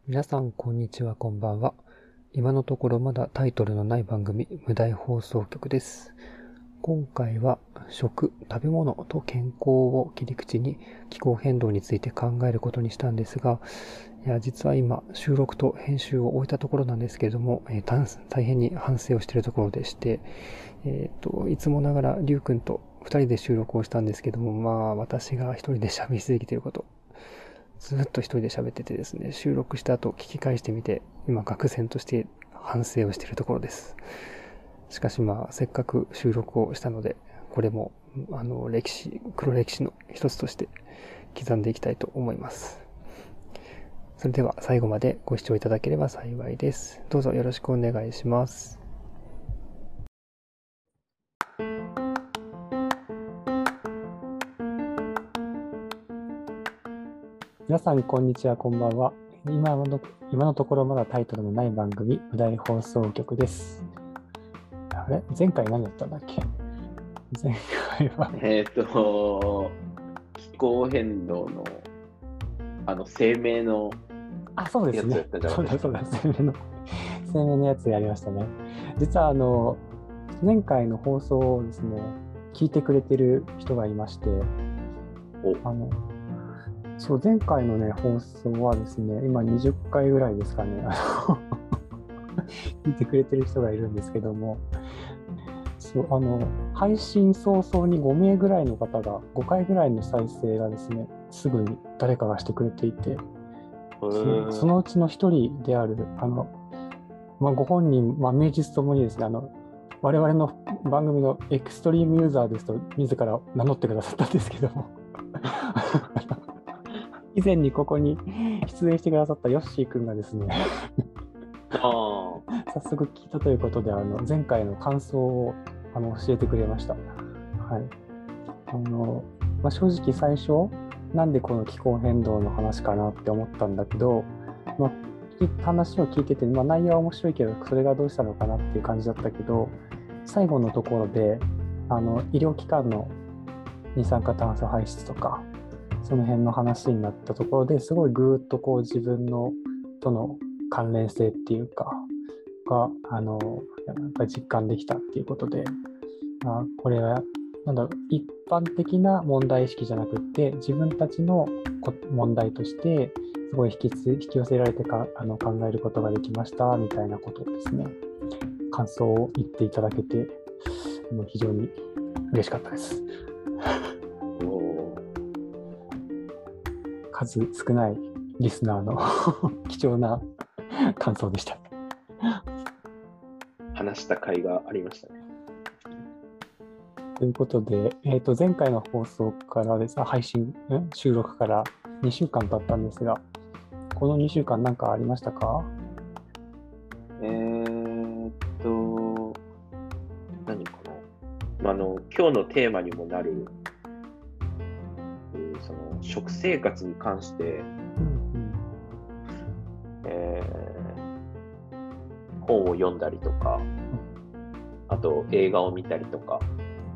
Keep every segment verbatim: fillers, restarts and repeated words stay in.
皆さん、こんにちは、こんばんは。今のところまだタイトルのない番組、無題放送局です。今回は、食、食べ物と健康を切り口に気候変動について考えることにしたんですが、いや、実は今、収録と編集を終えたところなんですけれども、えー、大変に反省をしているところでして、えっと、いつもながら、りゅうくんとふたりで収録をしたんですけども、まあ、私が一人で喋りすぎていること、ずっと一人で喋っててですね、収録した後聞き返してみて、今愕然として反省をしているところです。しかしまあ、せっかく収録をしたので、これも、あの、歴史、黒歴史の一つとして刻んでいきたいと思います。それでは最後までご視聴いただければ幸いです。どうぞよろしくお願いします。皆さん、こんにちは、こんばんは。今の今のところまだタイトルのない番組、無題放送局です。あれ前回何だったんだっけ前回は。 えっ、と、気候変動の、あの、声明のあ、そうですね。 やつやったじゃそうだ、 ないですか。 そうだ、声明の、声明のやつやりましたね。実は、あの、前回の放送をですね、聞いてくれてる人がいまして、あの、そう、前回のね、放送はですね、今にじゅっかいぐらいですかね、聞いてくれてる人がいるんですけども、そう、あの、配信早々にごめいぐらいの方が、ごかいぐらいの再生がですね、すぐに誰かがしてくれていて、そ, そのうちの一人である、あの、まあ、ご本人、まあ、名実ともにですね、あの、我々の番組のエクストリームユーザーですと自ら名乗ってくださったんですけども以前にここに出演してくださったヨッシーくんがですねあ早速聞いたということで、あの前回の感想をあの教えてくれました。はい。あの、まあ、正直最初、なんでこの気候変動の話かなって思ったんだけど、まあ、話を聞いてて、まあ、内容は面白いけど、それがどうしたのかなっていう感じだったけど、最後のところで、あの医療機関の二酸化炭素排出とか、その辺の話になったところですごいぐーっとこう自分のとの関連性っていうかがあのやっぱり実感できたっていうことで、あ、これはなんだろう、一般的な問題意識じゃなくって自分たちの問題としてすごい引きつ引き寄せられてかあの考えることができましたみたいなことをですね、感想を言っていただけてもう非常に嬉しかったです数少ないリスナーの貴重な感想でした。 話した回がありましたね。 ということで、えーと、前回の放送からです、配信、収録からにしゅうかん経ったんですが、このにしゅうかん何かありましたか？ えーっと、何かな。あの、今日のテーマにもなる、その食生活に関して、うんうんえー、本を読んだりとか、あと映画を見たりとか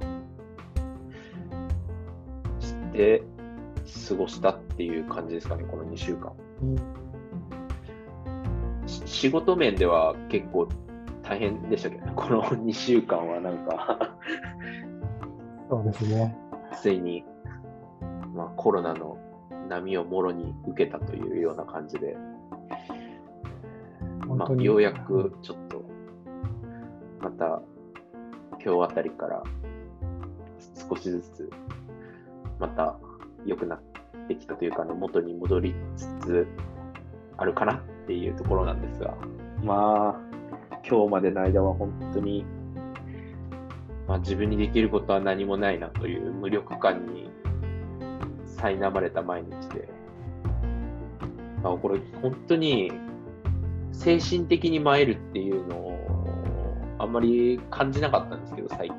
して過ごしたっていう感じですかね、このにしゅうかん。うん、仕事面では結構大変でしたけどね、このにしゅうかんはなんかそうですね。 ついに、まあ、コロナの波をもろに受けたというような感じで、まあ、ようやくちょっとまた今日あたりから少しずつまた良くなってきたというか、ね、元に戻りつつあるかなっていうところなんですが、まあ今日までの間は本当に、まあ、自分にできることは何もないなという無力感に苛まれた毎日で、まあ、これ本当に精神的に参るっていうのをあんまり感じなかったんですけど、最近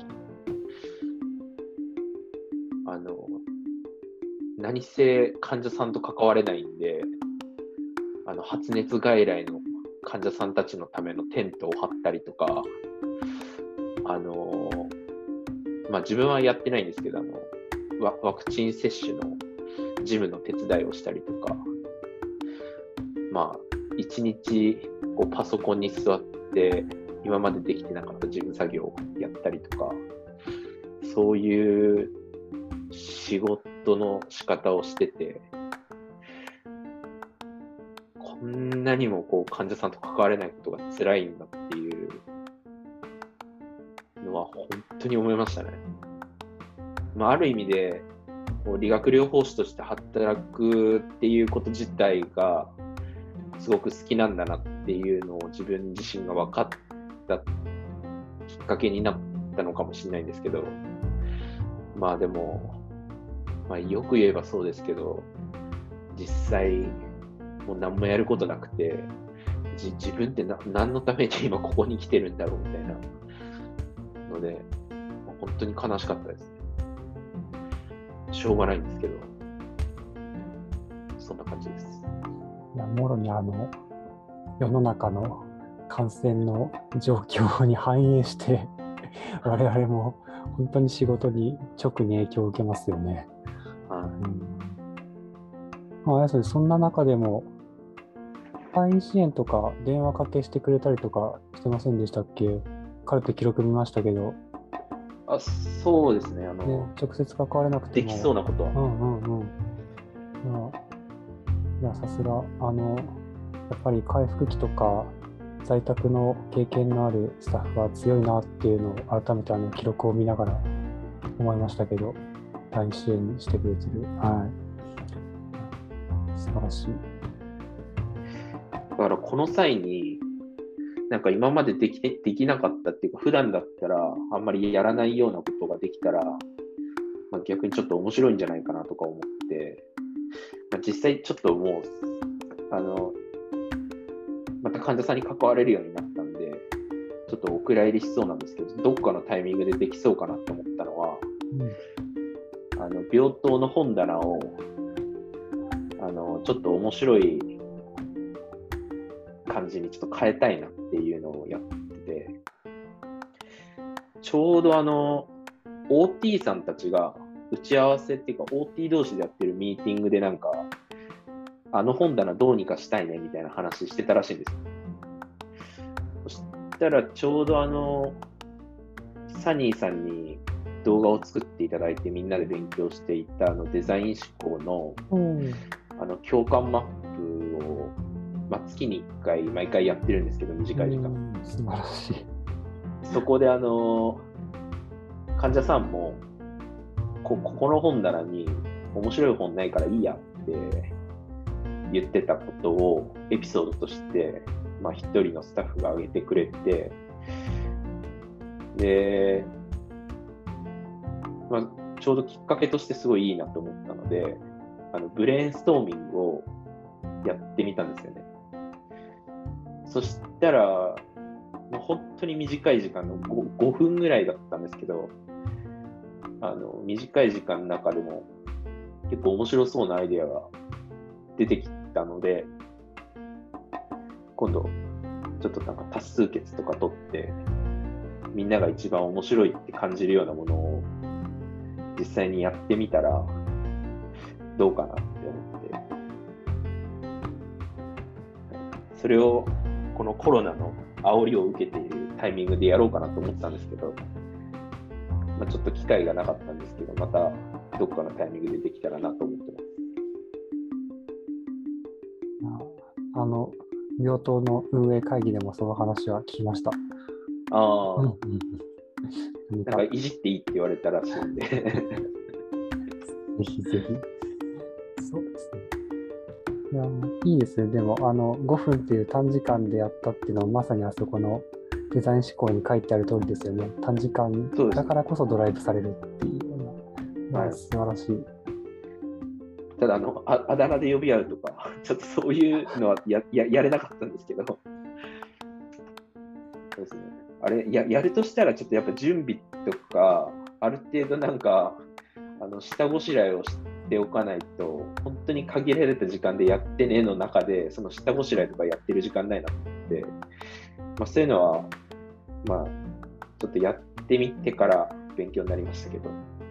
あの何せ患者さんと関われないんで、あの発熱外来の患者さんたちのためのテントを張ったりとか、あのまあ自分はやってないんですけど、あの ワ, ワクチン接種の事務の手伝いをしたりとか、まあ一日こうパソコンに座って今までできてなかった事務作業をやったりとか、そういう仕事の仕方をしてて、こんなにもこう患者さんと関われないことが辛いんだっていうのは本当に思いましたね。まあ、ある意味でこう理学療法士として働くっていうこと自体がすごく好きなんだなっていうのを自分自身が分かったきっかけになったのかもしれないんですけど、まあでも、まあ、よく言えばそうですけど、実際もう何もやることなくて、じ自分ってな何のために今ここに来てるんだろうみたいなので、本当に悲しかったですね。しょうがないんですけど、そんな感じです。 いや、もろにあの世の中の感染の状況に反映して我々も本当に仕事に直に影響を受けますよね。 はい。 うんまあ、あれですね、そんな中でも退院支援とか電話かけしてくれたりとかしてませんでしたっけ？カルテ記録見ましたけど、 あ、そうですね。あの、 ね、直接関われなくてもできそうなことは。 うんうんうん。まあ、いや、さすが、あの、やっぱり回復期とか、在宅の経験のあるスタッフは強いなっていうのを改めてあの記録を見ながら思いましたけど、退院支援してくれてる。はい。素晴らしい。 だからこの際に、なんか今までできてできなかったっていうか、普段だったらあんまりやらないようなことができたら、まあ、逆にちょっと面白いんじゃないかなとか思って、まあ、実際ちょっともう、あの、また患者さんに関われるようになったんで、ちょっとお蔵入りしそうなんですけど、どっかのタイミングでできそうかなと思ったのは、うん、あの病棟の本棚をあのちょっと面白い感じにちょっと変えたいなっていうのをやってて、ちょうどあの オーティー さんたちが打ち合わせっていうか オーティー 同士でやってるミーティングでなんかあの本棚どうにかしたいねみたいな話してたらしいんですよ。そしたらちょうどあのサニーさんに動画を作っていただいてみんなで勉強していたあのデザイン思考の、うん、あの共感マップを、まあ、月にいっかい毎回やってるんですけど、短い時間。 うん、素晴らしい。 そこであの患者さんもこここの本棚に面白い本ないからいいやって言ってたことをエピソードとして、まあ、一人のスタッフが挙げてくれて、で、まあ、ちょうどきっかけとしてすごいいいなと思ったので、あのブレインストーミングをやってみたんですよね。そしたら、まあ、本当に短い時間の 5, ごふんぐらいだったんですけど、あの短い時間の中でも結構面白そうなアイデアが出てきたので、今度ちょっとなんか多数決とか取ってみんなが一番面白いって感じるようなものを実際にやってみたらどうかなって思って、それをこのコロナの煽りを受けているタイミングでやろうかなと思ったんですけど、まあ、ちょっと機会がなかったんですけど、またどっかのタイミングでできたらなと思ってます。 あの病棟の運営会議でもその話は聞きました。 ああ、うんうん、なんかいじっていいって言われたらしいんでぜひぜひ。そうですね。いや、いいですね。でもあのごふんっていう短時間でやったっていうのはまさにあそこのデザイン思考に書いてある通りですよね。短時間だからこそドライブされるっていうような、はい、素晴らしい。 ただあのあ、あだ名で呼び合うとか、ちょっとそういうのは や, や, やれなかったんですけど、そうですね、あれ や, やるとしたら、ちょっとやっぱ準備とか、ある程度なんか、あの下ごしらえをしておかないと、本当に限られた時間でやってねの中で、その下ごしらえとかやってる時間ないなと思って、まあ、そういうのは、まあ、ちょっとやってみてから勉強になりましたけど、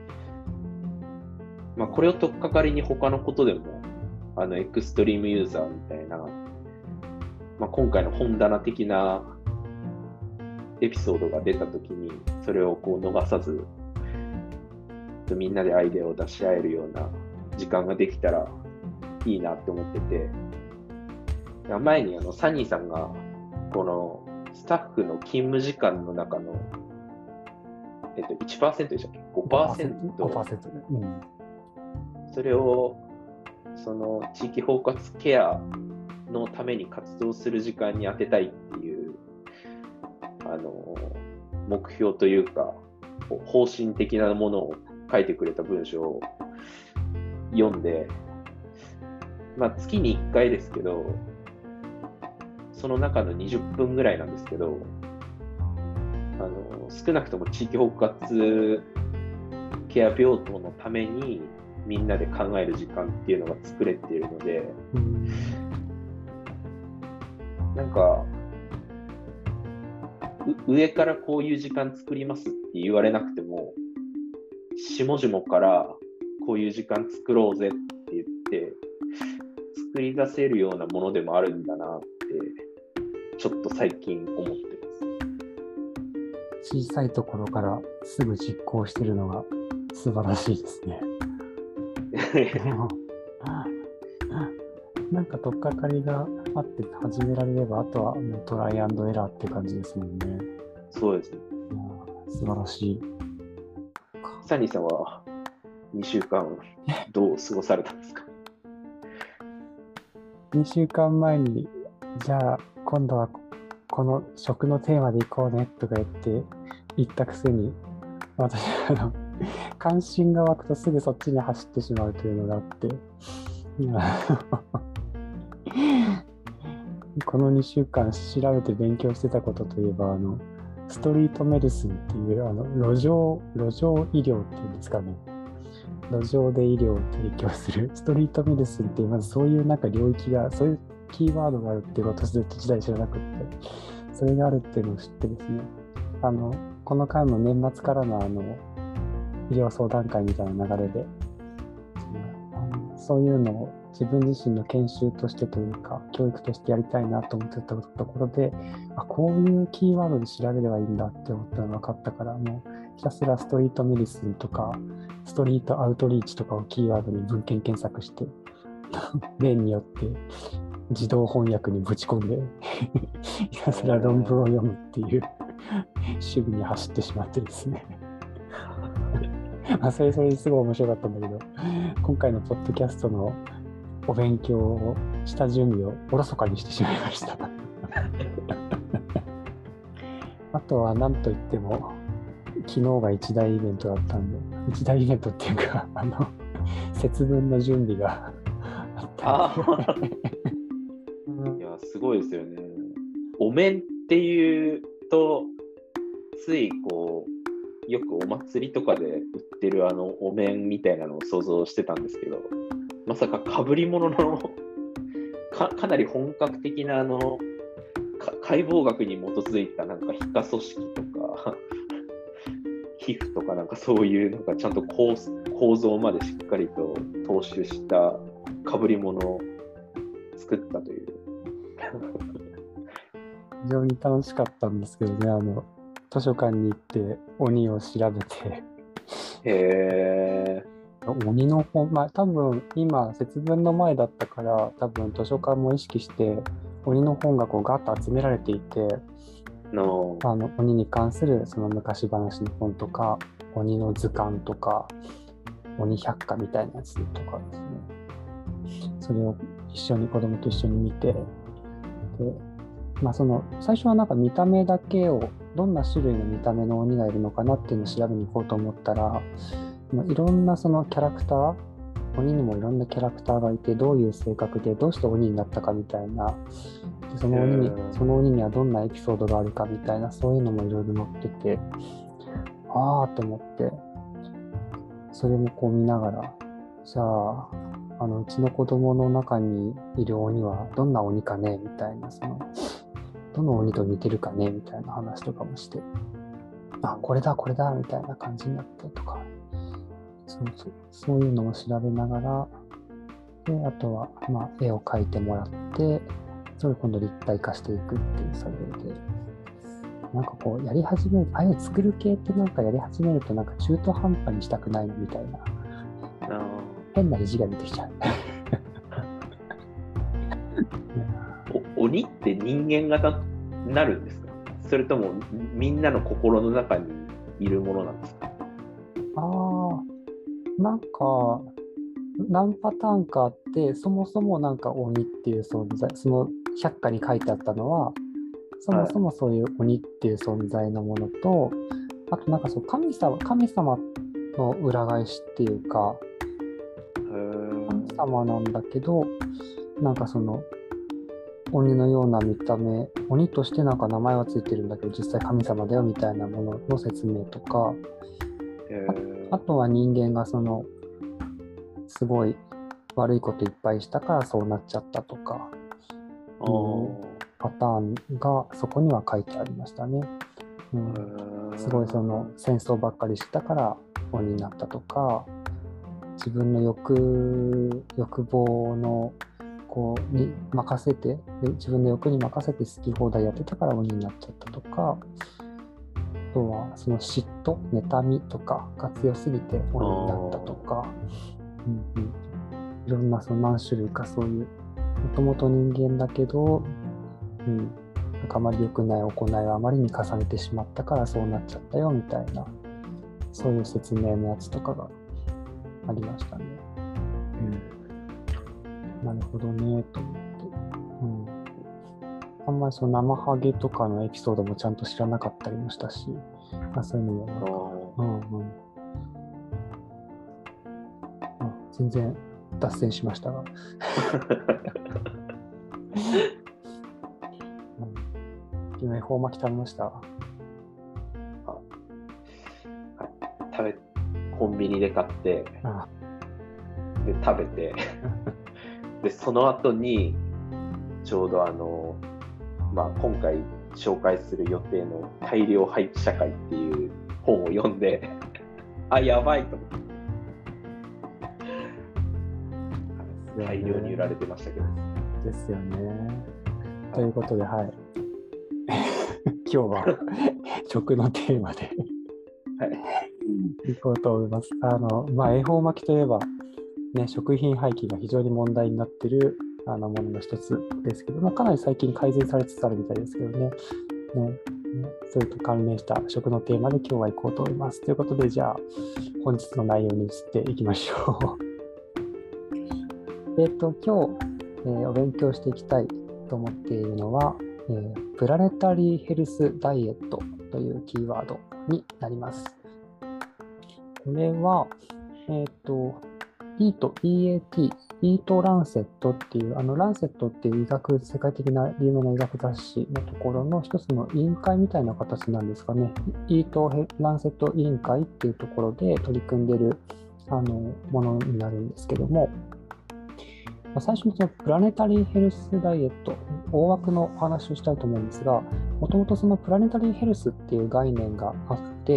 まあ、これを取っかかりに他のことでもあのエクストリームユーザーみたいなまあ、今回の本棚的なエピソードが出たときに、それをこう逃さず、みんなでアイデアを出し合えるような時間ができたらいいなって思ってて、前にあのサニーさんがこのスタッフの勤務時間の中の、えっと、いちパーセントでしたっけ ?ごパーセント。 ごパーセントね。うん。 それをその地域包括ケアのために活動する時間に当てたいっていうあの目標というか方針的なものを書いてくれた文章を読んで、まあ、月にいっかいですけど、その中のにじゅっぷんぐらいなんですけど、あの少なくとも地域包括ケア病棟のためにみんなで考える時間っていうのが作れているので、うん、なんか上からこういう時間作りますって言われなくても、下々からこういう時間作ろうぜって言って作り出せるようなものでもあるんだなってちょっと最近思ってます。 小さいところからすぐ実行してるのが素晴らしいですね。なんか取っかかりがあって始められれば、あとはもうトライアンドエラーって感じですもんね。 そうですね。 素晴らしい。 サニーさんはにしゅうかんどう過ごされたんですか？ にしゅうかんまえに、じゃあ今度はこの食のテーマでいこうねとか言って言ったくせに、私あの関心が湧くとすぐそっちに走ってしまうというのがあって、このにしゅうかん調べて勉強してたことといえば、あのストリートメディスンっていうあの路上路上医療っていうんですかね。路上で医療を提供するストリートメディスンっていう、まずそういうなんか領域が、そういうキーワードがあるっていうことをずっと時代知らなくって、それがあるっていうのを知ってですね、あのこの間の年末からのあの医療相談会みたいな流れで、あのそういうのを自分自身の研修としてというか教育としてやりたいなと思ってたところで、あ、こういうキーワードで調べればいいんだって思ったのが分かったから、もうひたすらストリートメディスンとかストリートアウトリーチとかをキーワードに文献検索して例によって自動翻訳にぶち込んでひたすら論文を読むっていう趣味に走ってしまってですねまあそれそれですごい面白かったんだけど、今回のポッドキャストのお勉強をした準備をおろそかにしてしまいましたあとは何といっても昨日が一大イベントだったんで、一大イベントっていうかあの節分の準備があったんでいやすごいですよね。お面っていうとついこうよくお祭りとかで売ってるあのお面みたいなのを想像してたんですけど、まさか被り物の か, かなり本格的なあの解剖学に基づいたなんか皮下組織とか皮膚とかなんかそういうなんかちゃんと 構, 構造までしっかりと踏襲した被り物を作ったという非常に楽しかったんですけどね、あの図書館に行って鬼を調べてへー鬼の本、まあ多分今節分の前だったから多分図書館も意識して鬼の本がこうガッと集められていて、 のあの鬼に関するその昔話の本とか鬼の図鑑とか鬼百科みたいなやつとかですね、それを一緒に子供と一緒に見て、で、まあ、その最初はなんか見た目だけをどんな種類の見た目の鬼がいるのかなっていうのを調べに行こうと思ったら、まあ、いろんなそのキャラクター、鬼にもいろんなキャラクターがいて、どういう性格でどうして鬼になったかみたいな、でその鬼にその鬼にはどんなエピソードがあるかみたいな、そういうのもいろいろ載ってて、ああと思って、それもこう見ながら、じゃああのうちの子供の中にいる鬼はどんな鬼かねみたいな、そのどの鬼と似てるかねみたいな話とかもして、あ、これだこれだみたいな感じになってとか、そうそう、そういうのを調べながら、であとはまあ絵を描いてもらって、 それを今度立体化していくっていう作業で、なんかこうやり始める、ああいう作る系ってなんかやり始めるとなんか中途半端にしたくないのみたいな、変な意地が出てきちゃう。 お鬼って人間型になるんですか？それともみんなの心の中にいるものなんですか？ ああ、なんか何パターンかあって、そもそもなんか鬼っていう存在、その百科に書いてあったのは、そもそもそういう鬼っていう存在のものと、はい、あとなんかそう神様、神様の裏返しっていうか、神様なんだけど、なんかその鬼のような見た目、鬼としてなんか名前はついてるんだけど、実際神様だよみたいなものの説明とか、あ, あとは人間がそのすごい悪いこといっぱいしたからそうなっちゃったとか、パターンがそこには書いてありましたね。うん、すごいその戦争ばっかりしてたから鬼になったとか、自分の欲欲望のこうに任せて、自分の欲に任せて好き放題やってたから鬼になっちゃったとか、あとはその嫉妬、妬みとかが強すぎて鬼になったとか、うんうん、いろんなその何種類かそういうもともと人間だけど、うん、なんかあまり良くない行いをあまりに重ねてしまったからそうなっちゃったよみたいな、そういう説明のやつとかがありましたね。うん、なるほどねと思って、うん、あんまりその生ハゲとかのエピソードもちゃんと知らなかったりもしたし、まあ、そういうのもなんか、うんうん、あ、全然脱線しましたが。今恵方巻き食べました？ あ、食べコンビニで買ってああで食べてでその後にちょうどあの、まあ、今回紹介する予定の大量廃棄社会っていう本を読んであ、やばいと思って大量に売られてましたけど。 ですよね。ということで、はい。今日は食のテーマではい、いこうと思います。あの、まあ、恵方巻きといえば、ね、食品廃棄が非常に問題になっているあのものの一つですけど、まあ、かなり最近改善されつつあるみたいですけどね。ね、それと関連した食のテーマで今日は行こうと思います。ということで、じゃあ、本日の内容に移っていきましょう。えっと、今日、えー、お勉強していきたいと思っているのは、えー、プラネタリーヘルスダイエットというキーワードになります。これは、えっと、イート、イーエーティー、イートランセットっていう、あのランセットっていう医学、世界的な有名な医学雑誌のところの一つの委員会みたいな形なんですかね。イートランセット委員会っていうところで取り組んでいるあのものになるんですけども、最初にそのプラネタリーヘルスダイエット、大枠のお話をしたいと思うんですが、もともとそのプラネタリーヘルスっていう概念があって、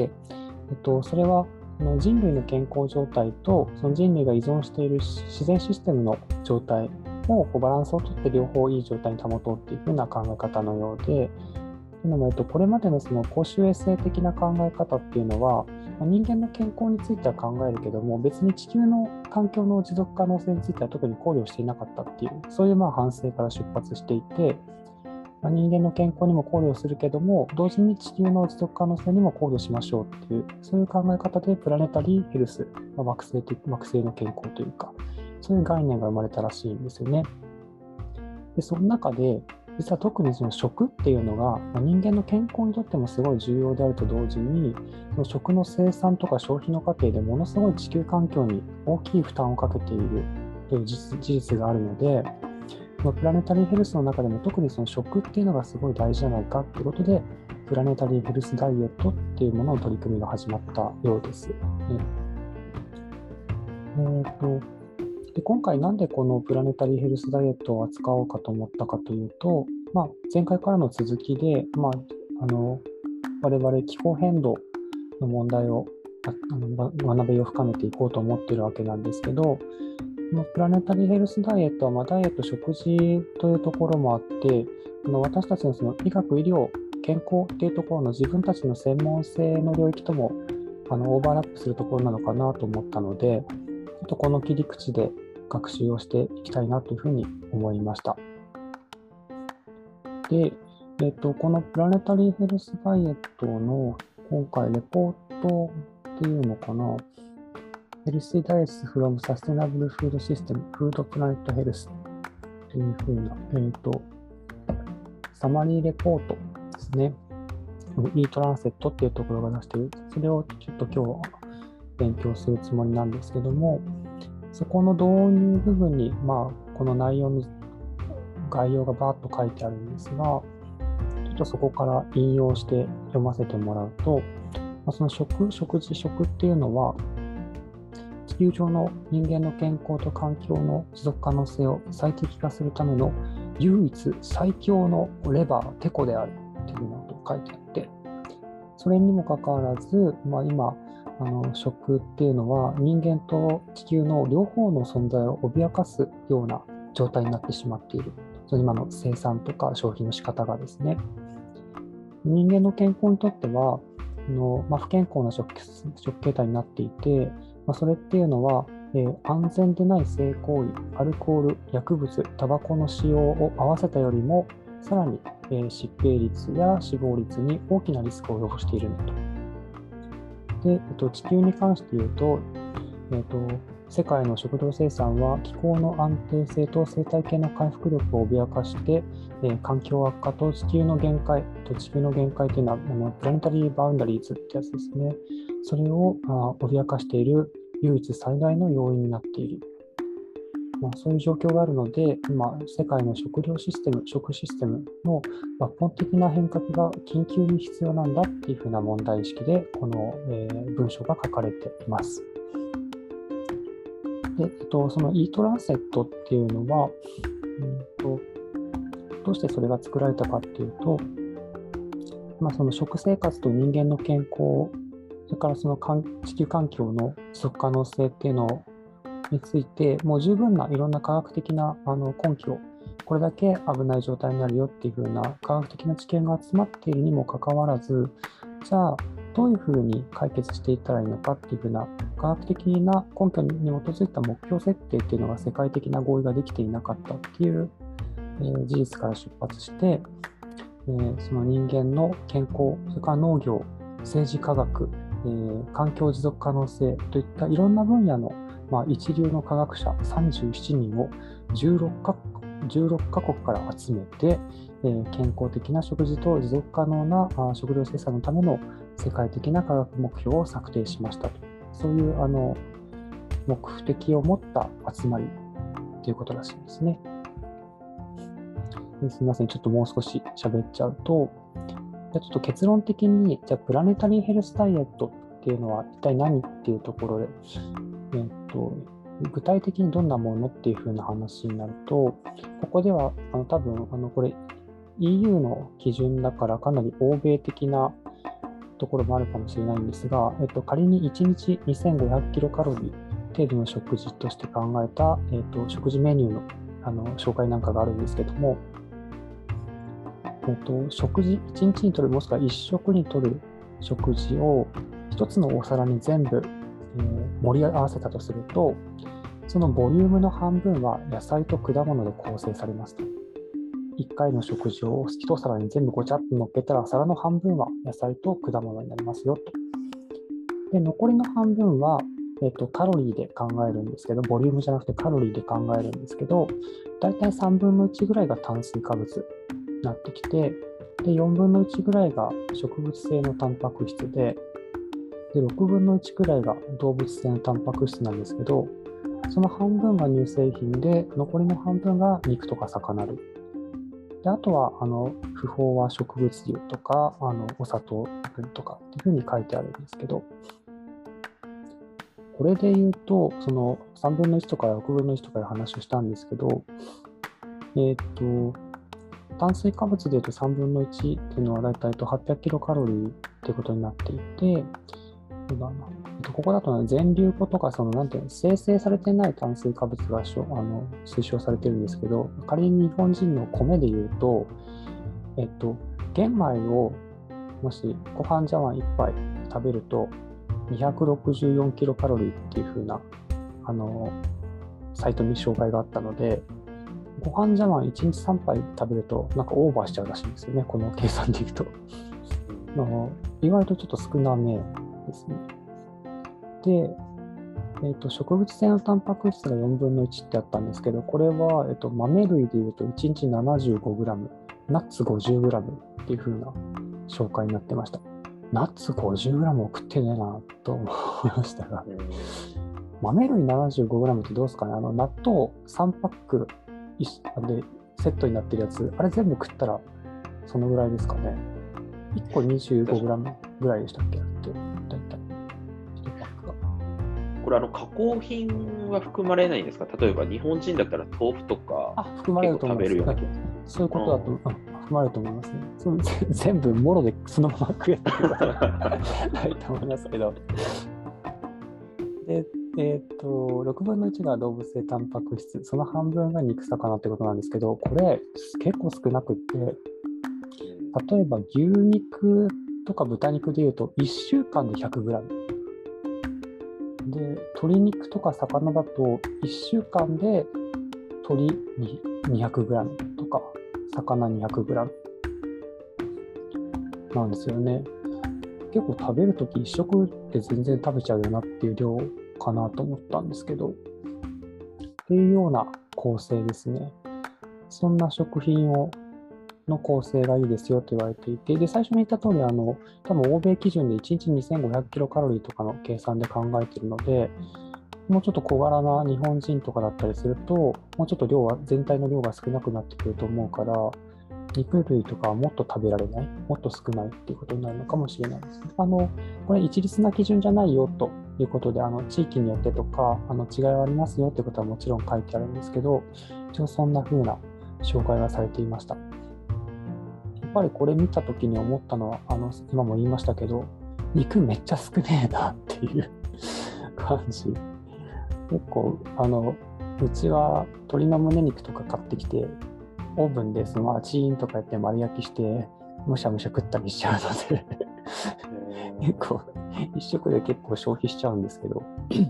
えっと、それは人類の健康状態とその人類が依存している自然システムの状態をこうバランスをとって両方いい状態に保とうっていうふうな考え方のようで、というのも、えっと、これまでのその公衆衛生的な考え方っていうのは、人間の健康については考えるけども、別に地球の環境の持続可能性については特に考慮していなかったっていう、そういうまあ反省から出発していて、まあ、人間の健康にも考慮するけども、同時に地球の持続可能性にも考慮しましょうっていう、そういう考え方でプラネタリーヘルス、まあ、惑星的、惑星の健康というか、そういう概念が生まれたらしいんですよね。で、その中で、実は特にその食っていうのが、まあ、人間の健康にとってもすごい重要であると同時に、その食の生産とか消費の過程でものすごい地球環境に大きい負担をかけているという事実があるので、プラネタリーヘルスの中でも特にその食っていうのがすごい大事じゃないかっていうことで、プラネタリーヘルスダイエットっていうものの取り組みが始まったようです。ね、えーとで今回なんでこのプラネタリーヘルスダイエットを扱おうかと思ったかというと、まあ、前回からの続きで、まあ、あの我々気候変動の問題をあの学びを深めていこうと思っているわけなんですけど、 このプラネタリーヘルスダイエットは、まあ、ダイエット、食事というところもあって、あの私たちのその医学、医療、健康っていうところの自分たちの専門性の領域ともあのオーバーラップするところなのかなと思ったので、ちょっとこの切り口で学習をしていきたいなというふうに思いました。で、えっと、このプラネタリーヘルスダイエットの今回レポートっていうのかな、ヘルシーダイエット from Sustainable Food System Food Planet Health というふうな、えっと、サマリーレポートですね。e トランセットっていうところが出している。それをちょっと今日勉強するつもりなんですけども、そこの導入部分に、まあ、この内容の概要がバーッと書いてあるんですが、ちょっとそこから引用して読ませてもらうと、まあ、その食、食事、食っていうのは、地球上の人間の健康と環境の持続可能性を最適化するための唯一最強のレバー、テコであるっていうようなことが書いてあって、それにもかかわらず、まあ、今あの食っていうのは人間と地球の両方の存在を脅かすような状態になってしまっている。その今の生産とか消費の仕方がですね。人間の健康にとってはあの、まあ、不健康な 食, 食形態になっていて、まあ、それっていうのは、えー、安全でない性行為、アルコール、薬物、タバコの使用を合わせたよりもさらに、えー、疾病率や死亡率に大きなリスクを及ぼしているんだと。で、えっと、地球に関して言うと、えっと、世界の食料生産は気候の安定性と生態系の回復力を脅かして、えー、環境悪化と地球の限界と地球の限界というのはあのプラネタリーバウンダリーズってやつですね。それをあ脅かしている唯一最大の要因になっている。まあ、そういう状況があるので、今、世界の食料システム、食システムの抜本的な変革が緊急に必要なんだっていうふうな問題意識で、この、えー、文章が書かれています。で、えっと、その e トランセットっていうのは、うんと、どうしてそれが作られたかっていうと、まあ、その食生活と人間の健康、それからその地球環境の持続可能性っていうのについて、もう十分ないろんな科学的なあの根拠、これだけ危ない状態になるよっていうふうな科学的な知見が集まっているにもかかわらず、じゃあどういうふうに解決していったらいいのかっていうふうな科学的な根拠に基づいた目標設定っていうのが世界的な合意ができていなかったっていう、えー、事実から出発して、えー、その人間の健康、それから農業、政治科学、えー、環境持続可能性といったいろんな分野の、まあ、一流の科学者さんじゅうななにんをじゅうろっかこくから集めて、えー、健康的な食事と持続可能なあ食料生産のための世界的な科学目標を策定しましたと。そういうあの目的を持った集まりということらしいんですね。すみません、ちょっともう少し喋っちゃうと、じゃあちょっと結論的に、じゃあプラネタリーヘルスダイエットっていうのは一体何っていうところで、えっと、具体的にどんなものっていう風な話になると、ここではあの多分あのこれ イーユー の基準だからかなり欧米的なところもあるかもしれないんですが、えっと、仮にいちにちにせんごひゃくキロカロリー程度の食事として考えた、えっと、食事メニューの、あの紹介なんかがあるんですけども、えっと、食事いちにちにとる、もしくはいっ食にとる食事をひとつのお皿に全部、えー、盛り合わせたとすると、そのボリュームの半分は野菜と果物で構成されますと。いっかいの食事を一皿に全部ごちゃっと乗っけたら、皿の半分は野菜と果物になりますよと。で、残りの半分は、えっと、カロリーで考えるんですけど、ボリュームじゃなくてカロリーで考えるんですけど、だいたいさんぶんのいちぐらいが炭水化物になってきて、で、よんぶんのいちぐらいが植物性のタンパク質で、で、ろくぶんのいちぐらいが動物性のタンパク質なんですけど、その半分が乳製品で、残りの半分が肉とか魚類。で、あとは、あの、不飽和植物油とか、あの、お砂糖分とかっていうふうに書いてあるんですけど、これで言うと、そのさんぶんのいちとかろくぶんのいちとかいう話をしたんですけど、えっと、炭水化物で言うとさんぶんのいちっていうのはだいたいはっぴゃくキロカロリーっていうことになっていて、 そうだな。えっとここだとね、全粒粉とか、その、なんていうの、生成されてない炭水化物がしょあの推奨されてるんですけど、仮に日本人の米で言うと、えっと、玄米をもしご飯茶碗いっぱい食べると、にひゃくろくじゅうよんキロカロリーっていう風な、あの、サイトに紹介があったので、ご飯茶碗いちにちさんぱい食べると、なんかオーバーしちゃうらしいんですよね、この計算でいくと。あの意外とちょっと少なめですね。で、えーと、植物性のタンパク質がよんぶんのいちってあったんですけど、これは、えーと、豆類でいうといちにち ななじゅうごグラム、ナッツ ごじゅうグラム っていう風な紹介になってました。ナッツ ごじゅうグラム を食ってねえなと思いましたが、豆類 ななじゅうごグラム ってどうですかね。あの納豆さんパックでセットになってるやつ、あれ全部食ったらそのぐらいですかね。いっこ にじゅうごグラム ぐらいでしたっけって、大体。いちパックが。 これ、あの加工品は含まれないんですか？例えば、日本人だったら豆腐とか、 あ、含まれると思います。 結構食べるような気がする。 そういうことだと、うん、含まれると思いますね。その全部もろでそのまま食えっていうことはないと思いますけど。で、えっと、ろくぶんのいちが動物性タンパク質、その半分が肉魚ってことなんですけど、これ結構少なくって、例えば牛肉とか豚肉でいうといっしゅうかんで ひゃくグラム。で、鶏肉とか魚だといっしゅうかんで鶏に にひゃくグラム とか魚 にひゃくグラム なんですよね。結構食べるとき一食で全然食べちゃうよなっていう量かなと思ったんですけど、っていうような構成ですね。そんな食品をの構成がいいですよと言われていて、で、最初に言った通り、あの、多分欧米基準でいちにちにせんごひゃくキロカロリーとかの計算で考えているので、もうちょっと小柄な日本人とかだったりすると、もうちょっと量は、全体の量が少なくなってくると思うから、肉類とかはもっと食べられない、もっと少ないっていうことになるのかもしれないです。あの、これ一律な基準じゃないよということで、あの、地域によってとか、あの、違いはありますよということはもちろん書いてあるんですけど、一応そんな風な紹介がされていました。やっぱりこれ見たときに思ったのは、あの、今も言いましたけど、肉めっちゃ少ねえなっていう感じ。結構、あの、うちは鶏の胸肉とか買ってきて、オーブンでそのままチーンとかやって丸焼きして、むしゃむしゃ食ったりしちゃうので結構、一食で結構消費しちゃうんですけど。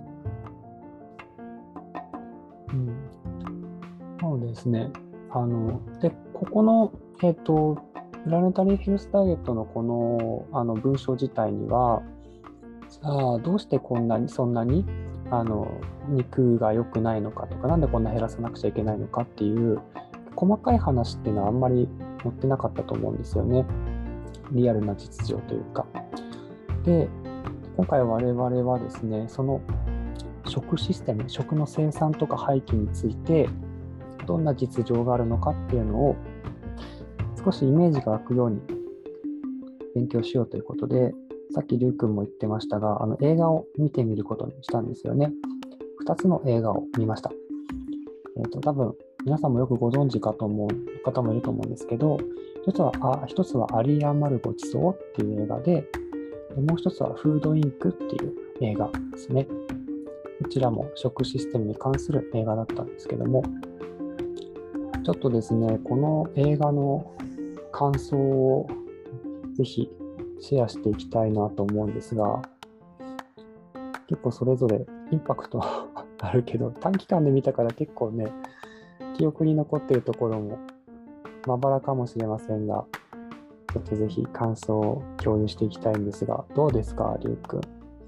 うん。なのでですね、あの、で、ここの、えっと、プラネタリーヘルスダイエットのこの、あの文章自体には、じゃあどうしてこんなにそんなにあの肉が良くないのかとか、なんでこんな減らさなくちゃいけないのかっていう細かい話っていうのはあんまり載ってなかったと思うんですよね。リアルな実情というか。で、今回我々はですね、その食システム、食の生産とか廃棄についてどんな実情があるのかっていうのを少しイメージが湧くように勉強しようということで、さっきリュウ君も言ってましたが、あの映画を見てみることにしたんですよね。ふたつの映画を見ました。えーと、多分皆さんもよくご存知かと思う方もいると思うんですけど、一つは、あ、一つはアリー・アンマルごちそうっていう映画で、もう一つはフードインクっていう映画ですね。こちらも食システムに関する映画だったんですけども、ちょっとですね、この映画の感想をぜひシェアしていきたいなと思うんですが、結構それぞれインパクトあるけど、短期間で見たから結構ね、記憶に残っているところもまばらかもしれませんが、ちょっとぜひ感想を共有していきたいんですが、どうですか、リュウ君。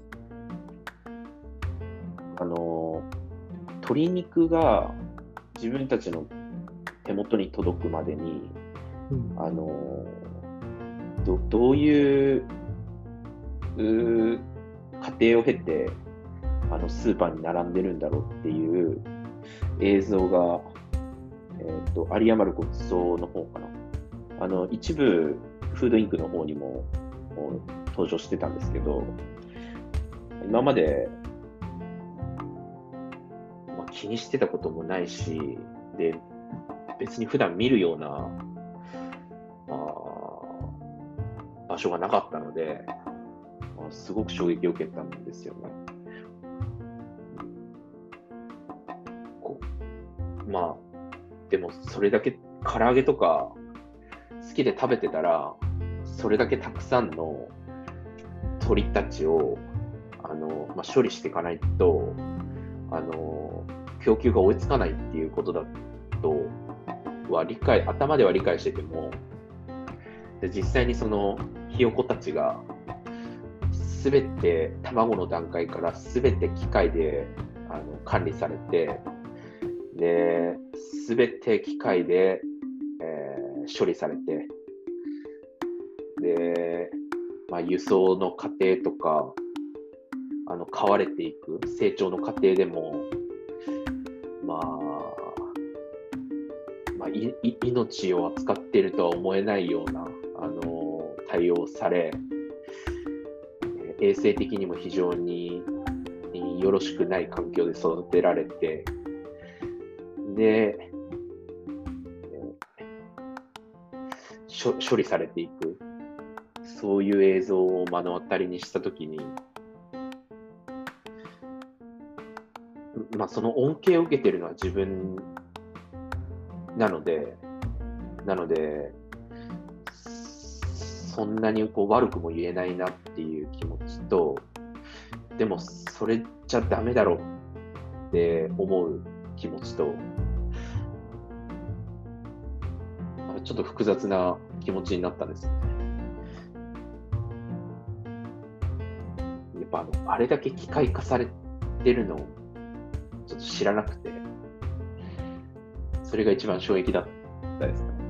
あの、鶏肉が自分たちの手元に届くまでに、うん、あのど、どういう、う過程を経てあのスーパーに並んでるんだろうっていう映像が、えーと、有山ごちそうの方かな。あの一部フードインクの方にも登場してたんですけど、今まで、まあ、気にしてたこともないし、で別に普段見るようなあ場所がなかったので、 あすごく衝撃を受けたんですよね。こうまあ、でもそれだけ唐揚げとか好きで食べてたら、それだけたくさんの鳥たちをあの、まあ、処理していかないと、あの供給が追いつかないっていうことだとは理解、頭では理解してても、で実際にそのひよこたちがすべて卵の段階からすべて機械であの管理されて、ですべて機械で、えー処理されて、で、まあ、輸送の過程とか、あの飼われていく成長の過程でも、まあ、まあ、いい命を扱っているとは思えないようなあの対応され、衛生的にも非常によろしくない環境で育てられて、で、処処理されていく、そういう映像を目の当たりにしたときに、まあ、その恩恵を受けているのは自分なので、なので、そんなにこう悪くも言えないなっていう気持ちと、でもそれじゃダメだろうって思う気持ちと、ちょっと複雑な気持ちになったんですよね。やっぱあの、あれだけ機械化されてるのをちょっと知らなくて、それが一番衝撃だったですね。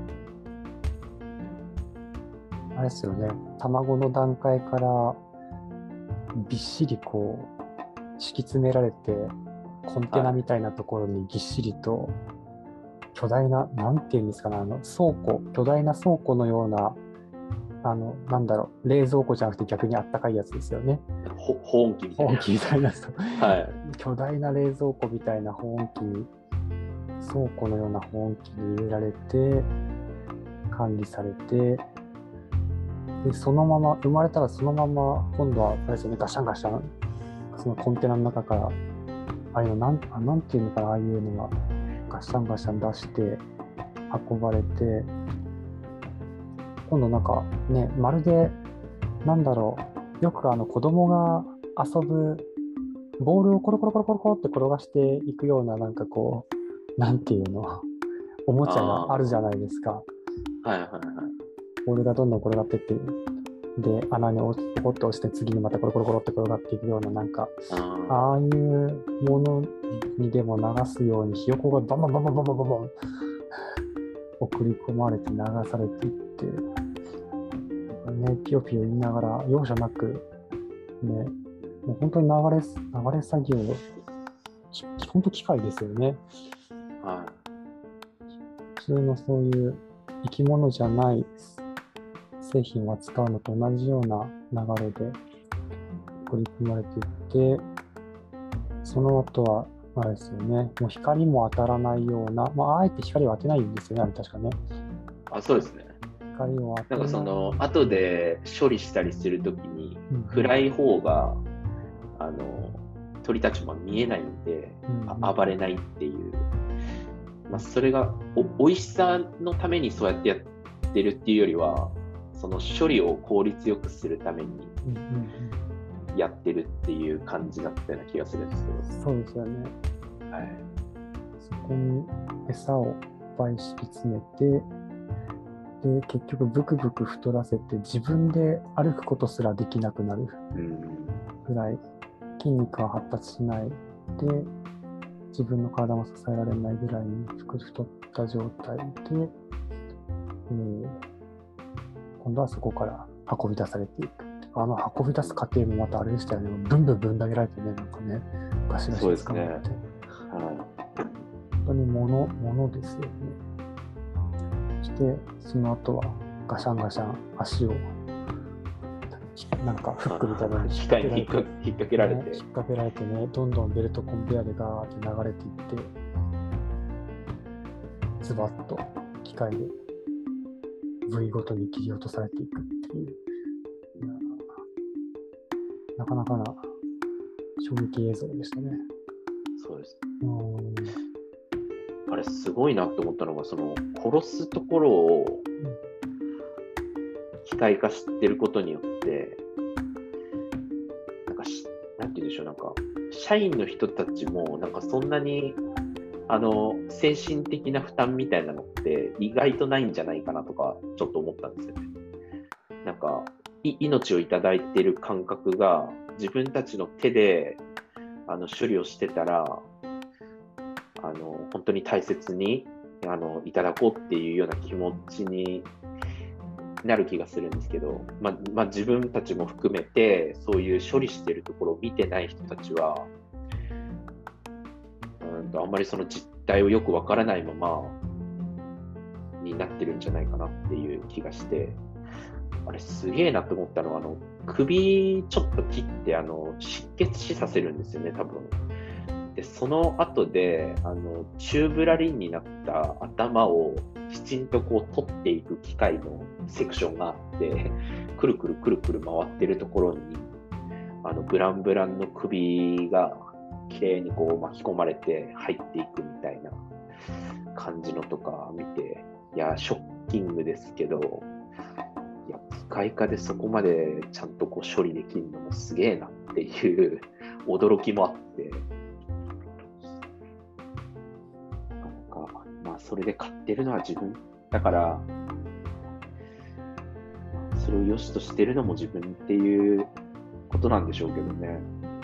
あれですよね、卵の段階からびっしりこう敷き詰められて、コンテナみたいなところにぎっしりと巨大な、なんていうんですかね、あの倉庫、巨大な倉庫のような、あのなんだろう、冷蔵庫じゃなくて逆にあったかいやつですよね。 ほ保温器みたいな。 保温器みたいな、 はい、 巨大な冷蔵庫みたいな保温器に、倉庫のような保温器に入れられて、管理されて、でそのまま生まれたらそのまま今度はあれですよね、ガシャンガシャンそのコンテナの中からああいうのなんあなんていうのかな、ああいうのがガシャンガシャン出して運ばれて、今度なんかね、まるでなんだろう、よくあの子供が遊ぶボールをコロコロコロコロコロって転がしていくような、なんかこうなんていうのおもちゃがあるじゃないですか。 はいはいはい。 ボールがどんどん転がってって、で穴に落ちポコッと落ちて次にまたコロコロコロって転がっていくような、なんかあああいうものにでも流すようにひよこがバンバンバンバンバンバンバンバン送り込まれて流されていって、ね、ピヨピヨ言いながら容赦なくね、もう本当に流れ流れ作業、本当機械ですよね。 はい。 普通のそういう生き物じゃない製品を扱うのと同じような流れで送り込まれていって、その後はあれですよね、もう光も当たらないような、まあ、あえて光を当てないんですよね、あれ確かね。 あ、そうですね。 光を当てない。 なんかその後で処理したりするときに、 うん、 暗い方があの鳥たちも見えないんで、うん、暴れないっていう、まあ、それがお美味しさのためにそうやってやってるっていうよりは、その処理を効率よくするためにやってるっていう感じだったような気がするんですけど。 そうですよね。 はい。 そこに餌をいっぱい敷き詰めて、で結局ブクブク太らせて自分で歩くことすらできなくなるぐらい筋肉は発達しないで、自分の体も支えられないぐらいに太った状態で、えー、今度はそこから運び出されていく。あの運び出す過程もまたあれでしたよね。ブンブンぶん投げられてね、なんかね、ガシガシ掴まれて、 そうですね。はい、 本当に物、物ですよね。そしてその後はガシャンガシャン足をなんかフックみたいなのに引っ掛けられて、引っ掛けられて、 ね、引っ掛けられてね、どんどんベルトコンベヤーでガーって流れていって、ズバッと機械で部位ごとに切り落とされていくっていう。 なかなかな衝撃映像でしたね。 そうです。 うん、 あれすごいなと思ったのが、その殺すところを機械化してることによって、なんかし、なんて言うんでしょう、なんか、社員の人たちも、なんかそんなに、あの、精神的な負担みたいなのって意外とないんじゃないかなとか、ちょっと思ったんですよね。なんか、い命をいただいている感覚が、自分たちの手で、あの、処理をしてたら、あの、本当に大切に、あの、いただこうっていうような気持ちになる気がするんですけど、まあ、まあ、自分たちも含めて、そういう処理しているところを見てない人たちは、うんとあんまりその実態をよくわからないままになってるんじゃないかなっていう気がして、あれすげえなと思ったのは、あの首ちょっと切ってあの失血死させるんですよね、多分。で、その後であのチューブラリンになった頭をきちんとこう取っていく機械のセクションがあって、くるくるくるくる回ってるところに、あのブランブランの首がきれいにこう巻き込まれて入っていくみたいな感じのとか見て、いや、ショッキングですけど、いや、機械化でそこまでちゃんとこう処理できるのもすげえなっていう驚きもあって、なんか、まあ、それで買ってるのは自分だから、それを良しとしてるのも自分っていうことなんでしょうけどね。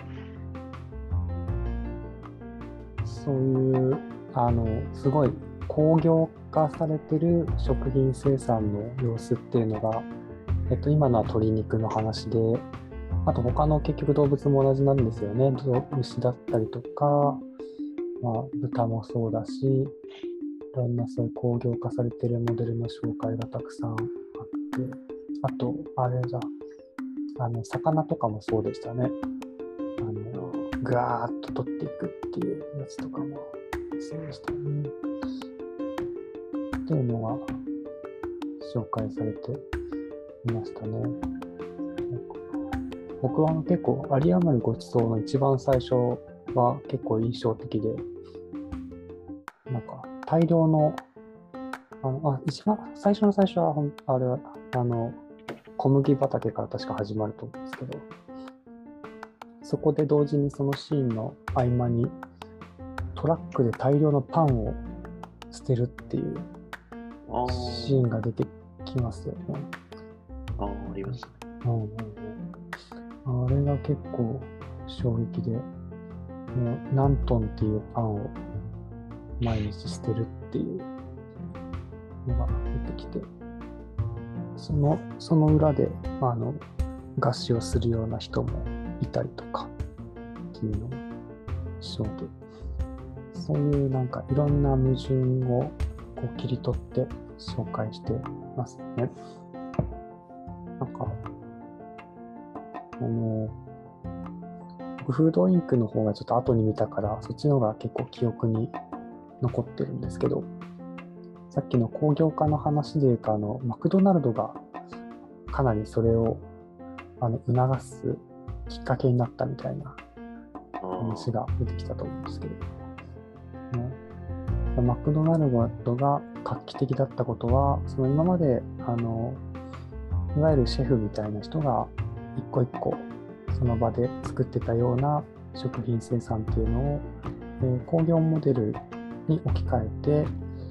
そういうあのすごい工業化されてる食品生産の様子っていうのが、えっと、今のは鶏肉の話で、あと他の結局動物も同じなんですよね。牛だったりとか、まあ、豚もそうだし、いろんなそういう工業化されてるモデルの紹介がたくさんあって、あと、あれじゃ、あの魚とかもそうでしたね。あのぐわーっと取っていくっていうやつとかもそうでしたね。っていうのが紹介されていましたね。僕は結構有り余るごちそうの一番最初は結構印象的で、なんか大量のあのあ一番最初の最初はあれはあの小麦畑から確か始まると思うんですけど、そこで同時にそのシーンの合間にトラックで大量のパンを捨てるっていうシーンが出てきますよね。 ああ、ありますね。 うんうんうん、あれが結構衝撃で、もう何トンっていうパンを毎日捨てるっていうのが出てきて、そのその裏であの餓死をするような人もいたりとかっていうのが衝撃。そういうなんかいろんな矛盾をこう切り取って紹介してますね。なんかあのフードインクの方がちょっと後に見たから、そっちの方が結構記憶に残ってるんですけど、さっきの工業化の話で言うと、あのマクドナルドがかなりそれをあの促すきっかけになったみたいな話が出てきたと思うんですけど、ね、マクドナルドが画期的だったことは、その今まであのいわゆるシェフみたいな人が一個一個その場で作ってたような食品生産っていうのを、えー、工業モデルに置き換えて、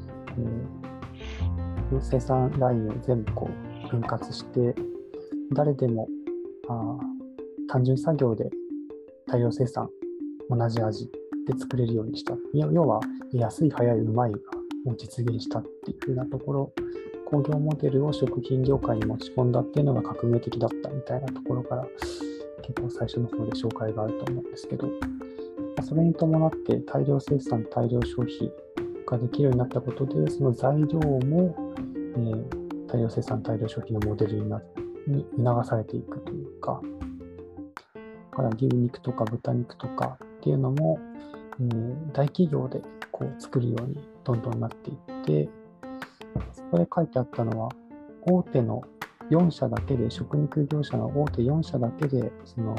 えー、生産ラインを全部こう分割して、誰でもあ単純作業で大量生産、同じ味で作れるようにした。要は安い、早い、うまいが実現したっていう風なところ、工業モデルを食品業界に持ち込んだっていうのが革命的だったみたいなところから結構最初の方で紹介があると思うんですけど、それに伴って大量生産、大量消費ができるようになったことで、その材料も、えー、大量生産、大量消費のモデルになに促されていくというか、だから牛肉とか豚肉とかっていうのも、えー、大企業でこう作るようにどんどんなっていって、そこで書いてあったのは、大手のよん社だけで、食肉業者の大手よん社だけで、その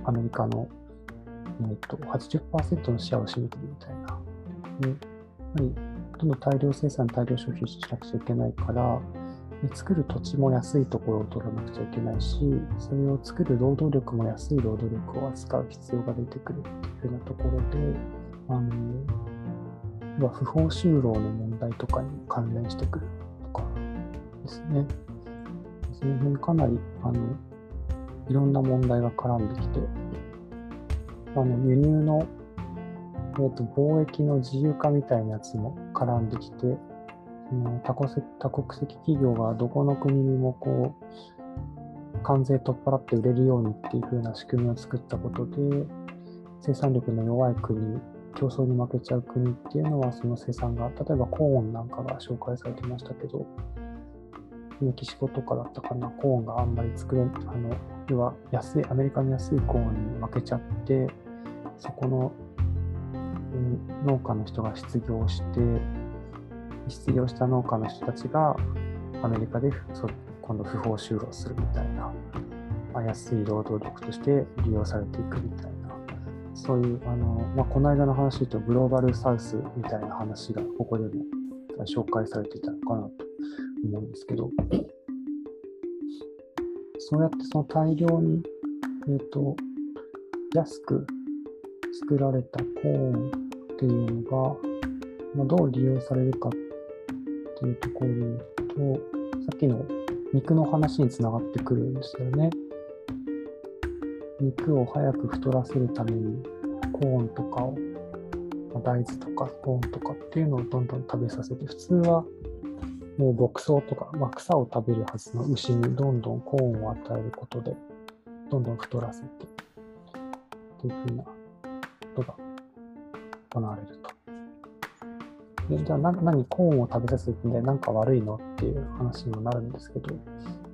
アメリカの、えー、と はちじゅっパーセント のシェアを占めてるみたいな。でやっぱりどんどん大量生産、大量消費しなくちゃいけないから、で作る土地も安いところを取らなくちゃいけないし、それを作る労働力も安い労働力を扱う必要が出てくるっていうふうなところで、あの要は不法就労の問題とかに関連してくるとかですね。その辺かなりあのいろんな問題が絡んできて、あの輸入の、えーと、貿易の自由化みたいなやつも絡んできて、その 多国籍、多国籍企業がどこの国にもこう関税取っ払って売れるようにっていう風な仕組みを作ったことで、生産力の弱い国、競争に負けちゃう国っていうのはその生産が、例えばコーンなんかが紹介されてましたけど、メキシコとかだったかな、コーンがあんまり作れん、あの要は安い、アメリカの安いコーンに負けちゃって、そこの、うん、農家の人が失業して、失業した農家の人たちがアメリカでそ今度不法就労するみたいな、まあ、安い労働力として利用されていくみたいな、そういうあの、まあ、この間の話で言うとグローバルサウスみたいな話がここでも紹介されていたのかなと思うんですけど、そうやってその大量に、えーと、安く作られたコーンっていうのが、まあ、どう利用されるかっていうところで言うと、さっきの肉の話につながってくるんですよね。肉を早く太らせるためにコーンとかを、大豆とかコーンとかっていうのをどんどん食べさせて、普通はもう牧草とか、まあ、草を食べるはずの牛にどんどんコーンを与えることでどんどん太らせてっていうふうなことが行われると。でじゃあな何コーンを食べさせてんで何か悪いのっていう話にもなるんですけど、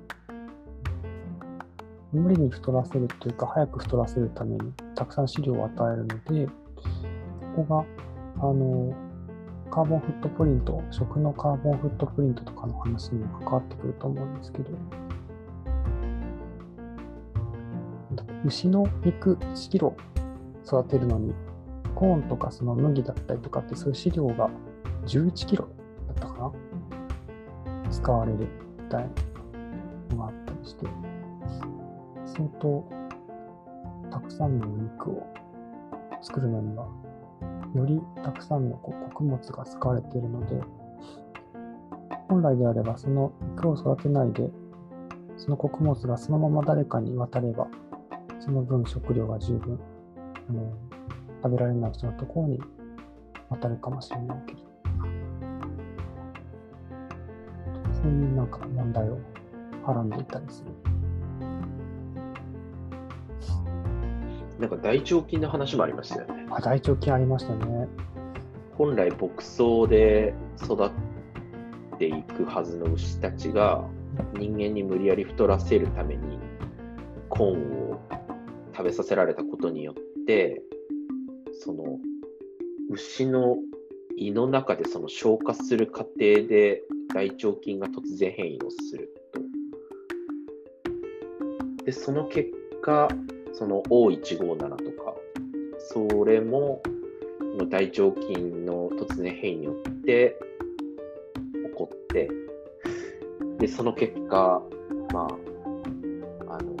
無理に太らせるというか早く太らせるためにたくさん飼料を与えるので、ここがあのカーボンフットプリント、食のカーボンフットプリントとかの話にも関わってくると思うんですけど、牛の肉いちキロ育てるのにコーンとかその麦だったりとかってそういう飼料がじゅういちキロだったかな使われるみたいなのがあったりして、相当たくさんの肉を作るのにはよりたくさんのこう穀物が使われているので、本来であればその肉を育てないでその穀物がそのまま誰かに渡ればその分食料が十分あの食べられない人のところに渡るかもしれないけど、そういうなんか問題をはらんでいたりする。 なんか大腸菌の話もありましたよね。 あ、大腸菌ありましたね。 本来牧草で育っていくはずの牛たちが人間に無理やり太らせるためにコーンを食べさせられたことによって、その牛の胃の中でその消化する過程で大腸菌が突然変異をすると。で、その結果、その オーいちごーなな とか、それも大腸菌の突然変異によって起こって、で、その結果、まあ、あの、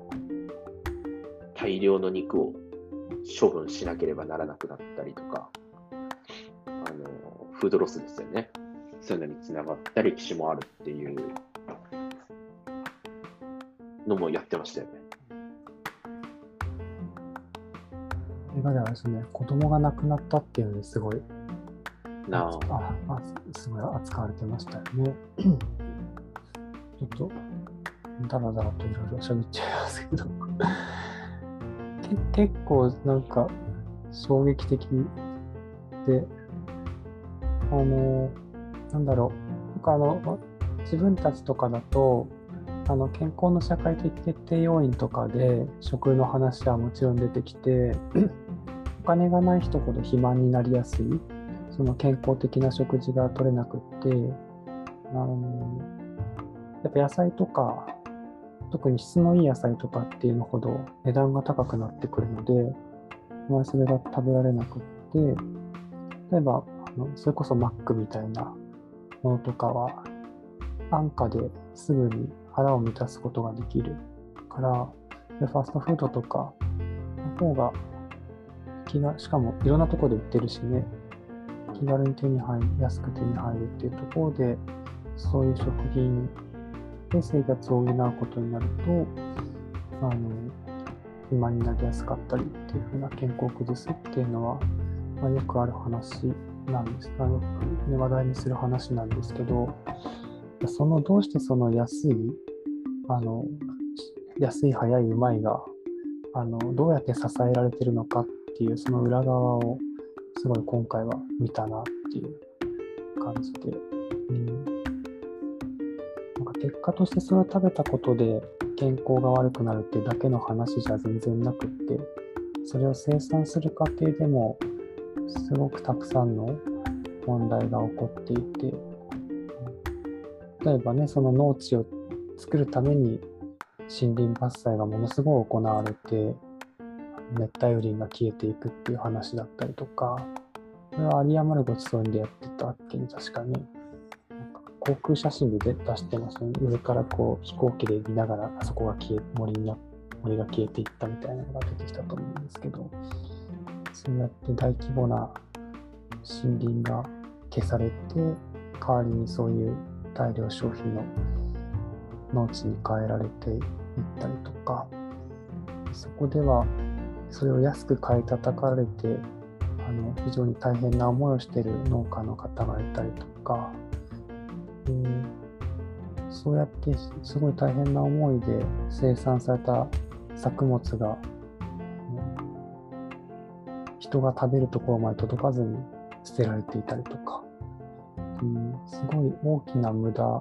大量の肉を処分しなければならなくなったりとか、あの、フードロスですよね。そういうのにつながった歴史もあるっていうのもやってましたよね。 映画ではですね、子供が亡くなったっていうのにすごいなああすごい扱われてましたよね。ちょっとダラダラといろいろ喋っちゃいますけどけ結構なんか衝撃的で、あのなんだろう、なんかあの自分たちとかだとあの健康の社会的決定要因とかで食の話はもちろん出てきてお金がない人ほど肥満になりやすい、その健康的な食事が取れなくって、あのやっぱ野菜とか特に質のいい野菜とかっていうのほど値段が高くなってくるので、まあ、それが食べられなくって、例えばあのそれこそマックみたいなものとかは安価ですぐに腹を満たすことができるから、でファストフードとかの方が気が、しかもいろんなところで売ってるしね、気軽に手に入る、安く手に入るっていうところで、そういう食品で生活を補うことになると、あの肥満になりやすかったりっていうふうな健康を崩すっていうのは、まあ、よくある話なんですが、よく、ね、話題にする話なんですけど、そのどうしてその安い、あの安い、早い、うまいがあのどうやって支えられてるのかっていう、その裏側をすごい今回は見たなっていう感じで、うん、なんか結果としてそれを食べたことで健康が悪くなるっていうだけの話じゃ全然なくって、それを生産する過程でもすごくたくさんの問題が起こっていて、例えばね、その農地を作るために森林伐採がものすごい行われて、熱帯雨林が消えていくっていう話だったりとか、これは有り余るごちそうにでやってたっけに、確かに、なんか航空写真で出してますね。上からこう飛行機で見ながら、あそこが消え、森にな、森が消えていったみたいなのが出てきたと思うんですけど、そうやって大規模な森林が消されて、代わりにそういう大量消費の農地に変えられていったりとか、そこではそれを安く買い叩かれて、あの非常に大変な思いをしている農家の方がいたりとか、えー、そうやってすごい大変な思いで生産された作物が、うん、人が食べるところまで届かずに捨てられていたりとか、うん、すごい大きな無駄、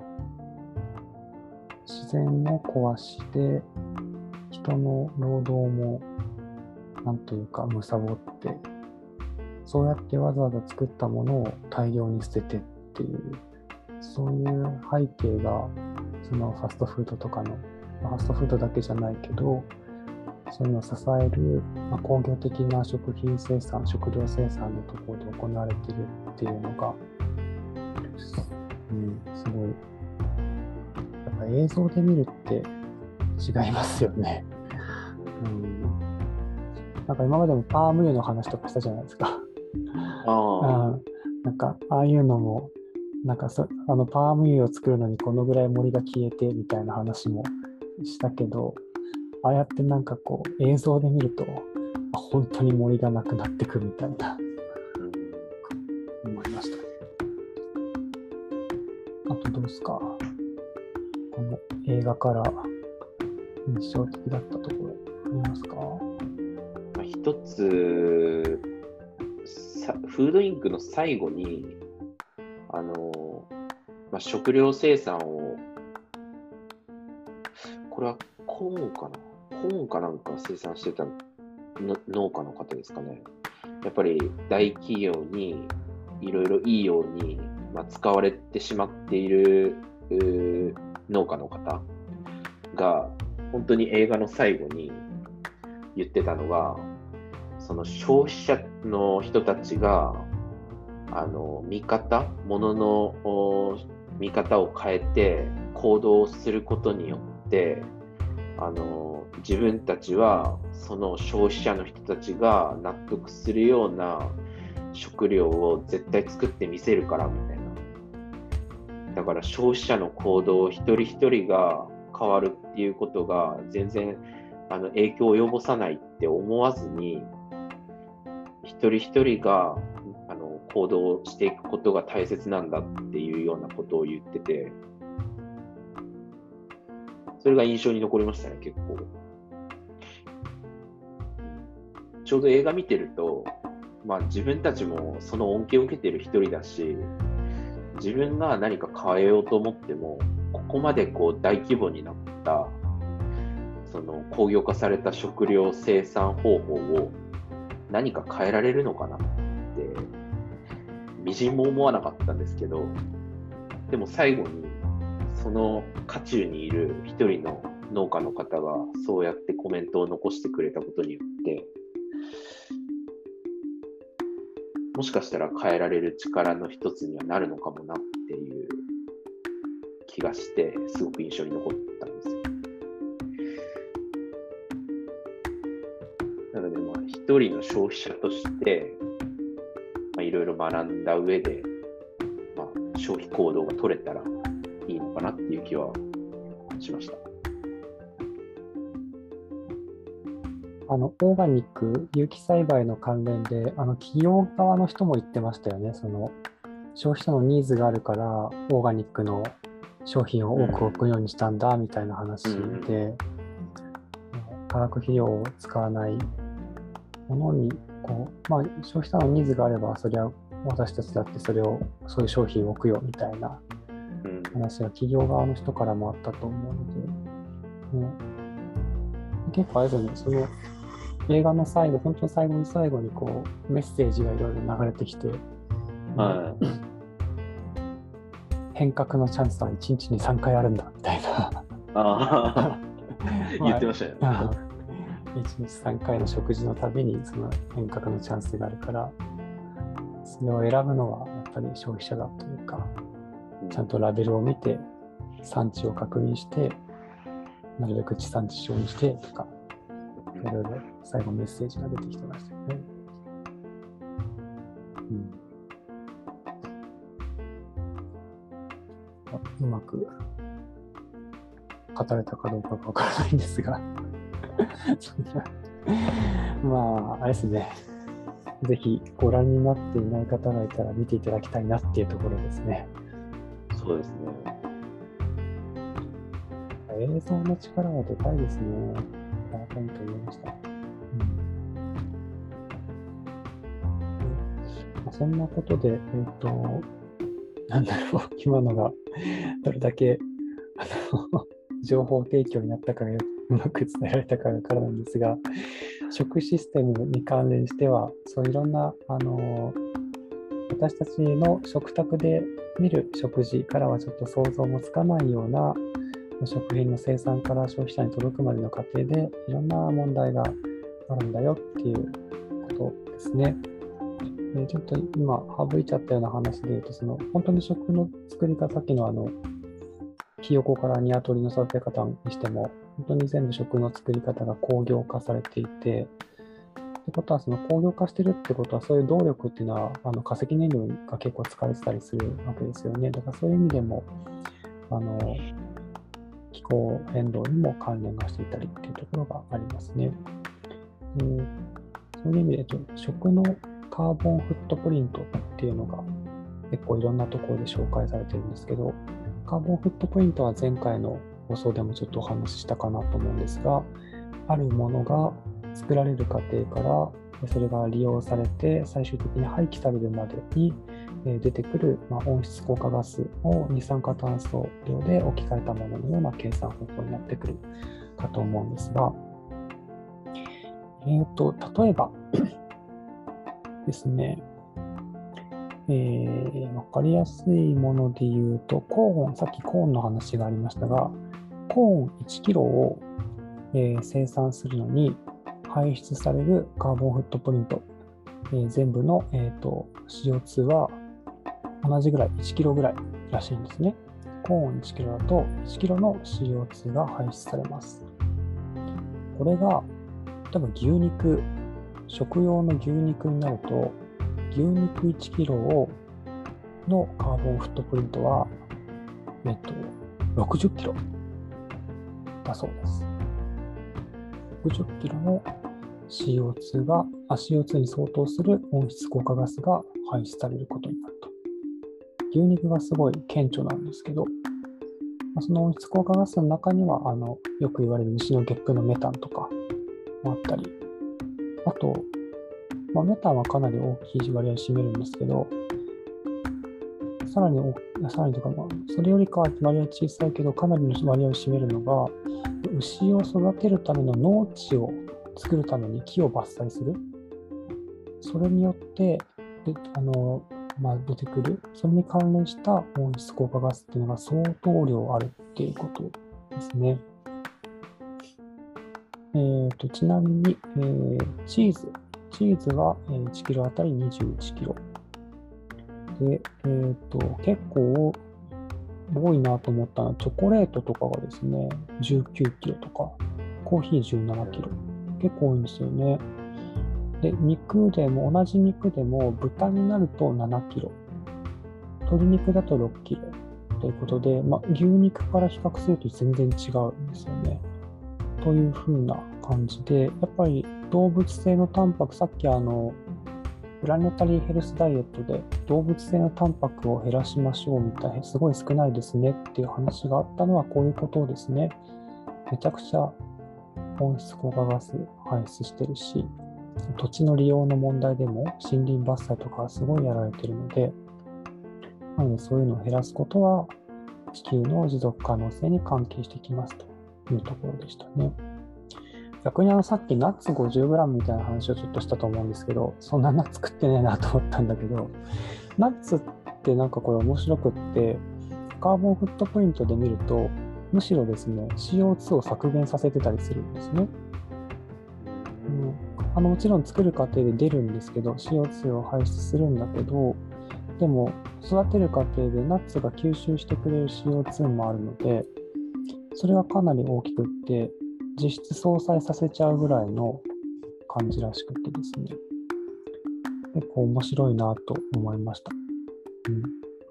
自然を壊して人の労働もなんというか貪って、そうやってわざわざ作ったものを大量に捨ててっていう、そういう背景がそのファストフードとかの、ファストフードだけじゃないけど、そういうのを支える、まあ、工業的な食品生産、食料生産のところで行われているっていうのが、うん、すごい、やっぱ映像で見るって違いますよね。うん、なんか今までもパーム油の話とかしたじゃないですか。ああ、なんかああいうのもなんかそあのパーム油を作るのにこのぐらい森が消えてみたいな話もしたけど、ああやってなんかこう映像で見ると本当に森がなくなってくみたいな、うん、思いましたね。あとどうですか、この映画から印象的だったところありますか？ まあ、一つフードインクの最後にあの、まあ、食料生産を、これはコーンかなコーンかなんか生産してたの農家の方ですかね。やっぱり大企業にいろいろいいように、まあ、使われてしまっている農家の方が本当に映画の最後に言ってたのが、その消費者の人たちがあの見方、物の見方を変えて行動することによってあの自分たちはその消費者の人たちが納得するような食料を絶対作ってみせるからみたいな。だから消費者の行動一人一人が変わるっていうことが全然あの影響を及ぼさないって思わずに、一人一人があの行動していくことが大切なんだっていうようなことを言ってて、それが印象に残りましたね、結構。ちょうど映画見てると、まあ、自分たちもその恩恵を受けてる一人だし、自分が何か変えようと思っても、ここまでこう大規模になったその工業化された食料生産方法を何か変えられるのかなってみじんも思わなかったんですけど、でも最後にその渦中にいる一人の農家の方がそうやってコメントを残してくれたことによって、もしかしたら変えられる力の一つにはなるのかもなっていう気がして、すごく印象に残ったんですよ。なので、まあ、一人の消費者として、まあ、いろいろ学んだ上で、まあ、消費行動が取れたらいいのかなっていう気はしました。 あのオーガニック、有機栽培の関連で、あの企業側の人も言ってましたよね。その消費者のニーズがあるから、オーガニックの商品を多く置くようにしたんだみたいな話で、うんうん、化学肥料を使わないものにこう、まあ、消費者のニーズがあれば、それは私たちだってそれを、そういう商品を置くよみたいな話が企業側の人からもあったと思うので、ね、結構あれですよね、その映画の最後、本当の最後の最後にこうメッセージがいろいろ流れてきて、 はい、 変革のチャンスはいちにちにさんかいあるんだみたいなあ言ってましたよね。 いちにちさんかいの食事のたびにその変革のチャンスがあるから、それを選ぶのはやっぱり消費者だというか、ちゃんとラベルを見て産地を確認して、なるべく地産地消にしてとか、いろいろ最後メッセージが出てきてましたよね。うん、うまく語れたかどうかがわからないんですがまああれですね、ぜひご覧になっていない方がいたら見ていただきたいなっていうところですね。 そうですね。 映像の力はでかいですね。改めて思いました。うん、そんなことで、えっと、なんだろう、今のがどれだけあの情報提供になったかがうまく伝えられたかわからないんですが、食システムに関連しては、そういろんなあの私たちの食卓で見る食事からはちょっと想像もつかないような食品の生産から消費者に届くまでの過程でいろんな問題があるんだよっていうことですね。でちょっと今省いちゃったような話で言うと、その本当に食の作り方、さっきのあのひよこから鶏の育て方にしても、本当に全部食の作り方が工業化されていて、ってことはその工業化してるってことは、そういう動力っていうのはあの化石燃料が結構使われてたりするわけですよね。だからそういう意味でもあの気候変動にも関連がしていたりっていうところがありますね。でそういう意味で食のカーボンフットプリントっていうのが結構いろんなところで紹介されてるんですけど、カーボンフットプリントは前回の放送でもちょっとお話ししたかなと思うんですが、あるものが作られる過程からそれが利用されて最終的に廃棄されるまでに出てくる温室効果ガスを二酸化炭素量で置き換えたもののような計算方法になってくるかと思うんですが、えーと、例えばですね、えー、分かりやすいもので言うと、コーン、さっきコーンの話がありましたが、コーンいちキロを、えー、生産するのに排出されるカーボンフットプリント、えー、全部の、えーと、シーオーツー は同じぐらい、いちキロぐらいらしいんですね。コーンいちキロだといちキロの シーオーツー が排出されます。これが、例えば牛肉、食用の牛肉になると、牛肉いちキロをのカーボンフットプリントは、えっと、ろくじゅっキロだそうです。ろくじゅっキロの シーオーツー が、あ、シーオーツー に相当する温室効果ガスが排出されることになると。牛肉がすごい顕著なんですけど、その温室効果ガスの中には、あのよく言われる牛のゲップのメタンとかもあったり、あと、まあ、メタンはかなり大きい割合を占めるんですけど、さらに、さらにというか、まあ、それよりかは割合小さいけど、かなりの割合を占めるのが、牛を育てるための農地を作るために木を伐採する。それによってであの、まあ、出てくる、それに関連した温室効果ガスっていうのが相当量あるっていうことですね。 えー、とちなみに、えー、チーズ。チーズはいちキロあたりにじゅういちキロ。で、えー、と結構多いなと思ったのは、チョコレートとかがですね、じゅうきゅうキロとか、コーヒーじゅうななキロ。結構多いんですよね。で、肉でも、同じ肉でも、豚になるとななキロ。鶏肉だとろっキロ。ということで、まあ、牛肉から比較すると全然違うんですよね。というふうな感じで、やっぱり動物性のタンパク、さっきあの、プラネタリーヘルスダイエットで動物性のタンパクを減らしましょうみたいな、すごい少ないですねっていう話があったのはこういうことですね。めちゃくちゃ温室効果ガス排出してるし、土地の利用の問題でも森林伐採とかすごいやられてるので、なのでそういうのを減らすことは地球の持続可能性に関係してきますというところでしたね。逆にあのさっきナッツ ごじゅうグラム みたいな話をちょっとしたと思うんですけど、そんなナッツ食ってねえなと思ったんだけど、ナッツってなんかこれ面白くって、カーボンフットプリントで見ると、むしろですね、シーオーツー を削減させてたりするんですね。うん、あのもちろん作る過程で出るんですけど、シーオーツー を排出するんだけど、でも育てる過程でナッツが吸収してくれる シーオーツー もあるので、それはかなり大きくって、実質相殺させちゃうぐらいの感じらしくてですね、結構面白いなと思いました。うん、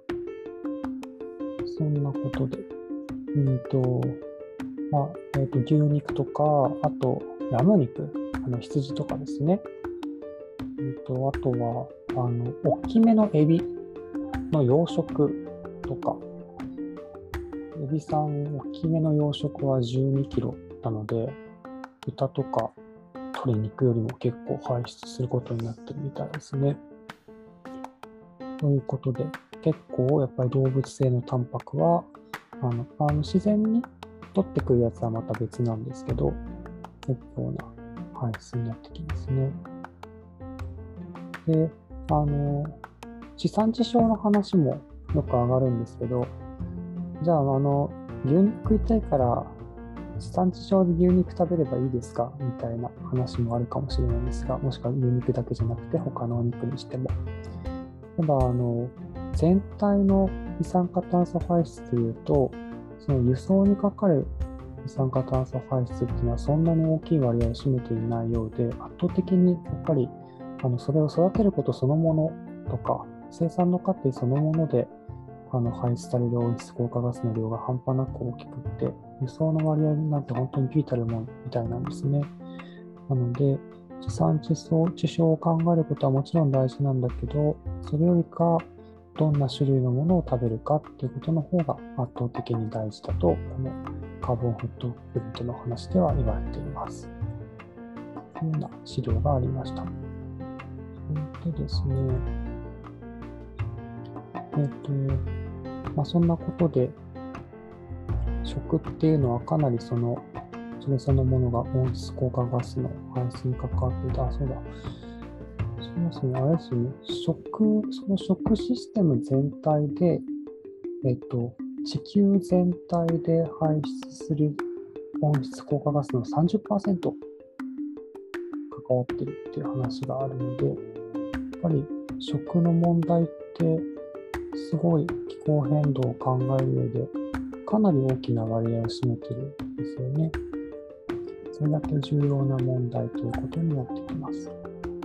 そんなことで、うんと、まあ、えっと、牛肉とか、あと、ラム肉、あの羊とかですね。うんと、あとは、あの、大きめのエビの養殖とか、エビさん、大きめの養殖はじゅうにキロなので、豚とか鶏肉よりも結構排出することになってるみたいですね。ということで、結構やっぱり動物性のタンパクは、あの、あの自然に取ってくるやつはまた別なんですけど、結構な排出になってきますね。で、あの、地産地消の話もよく上がるんですけど、じゃあ、あの、牛肉食いたいから、地産地消で牛肉食べればいいですかみたいな話もあるかもしれないんですが、もしくは牛肉だけじゃなくて他のお肉にしても。ただ、あの、全体の二酸化炭素排出でいうと、その輸送にかかる二酸化炭素排出っていうのはそんなに大きい割合を占めていないようで、圧倒的にやっぱりあのそれを育てることそのものとか、生産の過程そのものであの排出される温室効果ガスの量が半端なく大きくって、輸送の割合なんて本当にビータルもんみたいなんですね。なので、地産地消、地消を考えることはもちろん大事なんだけど、それよりか、どんな種類のものを食べるかっていうことの方が圧倒的に大事だと、このカーボンフットプリントの話では言われています。こんな資料がありました。でですね、えっと、まあ、そんなことで、食っていうのはかなりその、それそのものが温室効果ガスの排出に関わっていた。あ、そうだ。そうですね、あれですね、食、その食システム全体で、えっと、地球全体で排出する温室効果ガスの さんじゅっパーセント 関わっているっていう話があるので、やっぱり食の問題ってすごい気候変動を考える上でかなり大きな割合を占めているんですよね。それだけ重要な問題ということになってきます。ち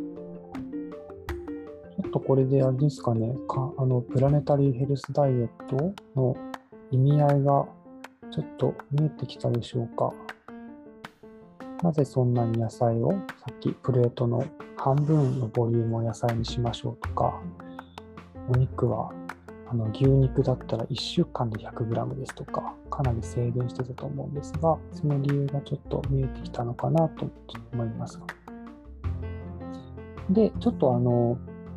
ょっとこれであれですかね、かあのプラネタリーヘルスダイエットの意味合いがちょっと見えてきたでしょうか。なぜそんなに野菜を、さっきプレートの半分のボリュームを野菜にしましょうとか、お肉はあの牛肉だったらいっしゅうかんで ひゃくグラム ですとか、かなり制限してたと思うんですが、その理由がちょっと見えてきたのかなと思いますが。で、ちょっとあの、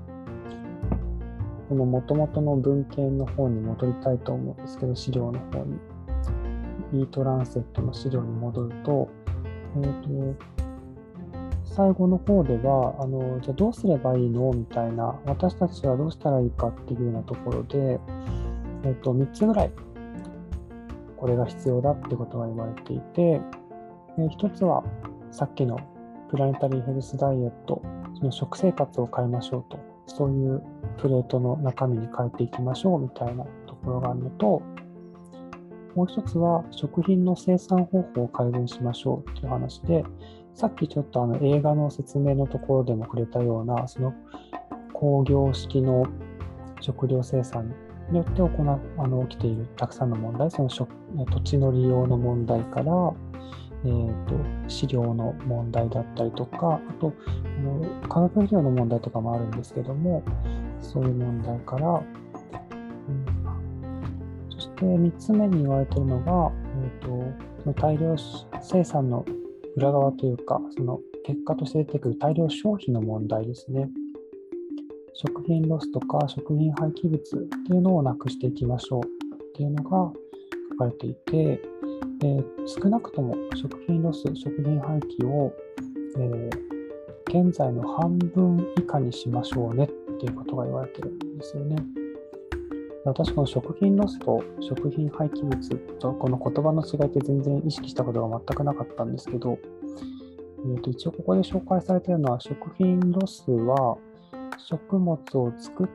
この元々の文献の方に戻りたいと思うんですけど、資料の方に、イートランセットの資料に戻ると、えーと、最後の方では、あの、じゃあどうすればいいのみたいな、私たちはどうしたらいいかっていうようなところで、えーと、みっつぐらい、これが必要だってことが言われていて、えー、ひとつはさっきのプラネタリーヘルスダイエット、その食生活を変えましょうと、そういうプレートの中身に変えていきましょうみたいなところがあるのと、もう一つは食品の生産方法を改善しましょうという話で、さっきちょっとあの映画の説明のところでも触れたような、その工業式の食料生産によって行うあの起きているたくさんの問題、その食土地の利用の問題から、えーと、飼料の問題だったりとか、あとあの化学肥料の問題とかもあるんですけども、そういう問題から、うん、そしてみっつめに言われているのが、えーと、その大量生産の裏側というか、その結果として出てくる大量消費の問題ですね。食品ロスとか食品廃棄物っていうのをなくしていきましょうっていうのが書かれていて、えー、少なくとも食品ロス、食品廃棄を、えー、現在の半分以下にしましょうねっていうことが言われてるんですよね。私、この食品ロスと食品廃棄物とこの言葉の違いって全然意識したことが全くなかったんですけど、えー、と一応ここで紹介されているのは、食品ロスは食物を作って、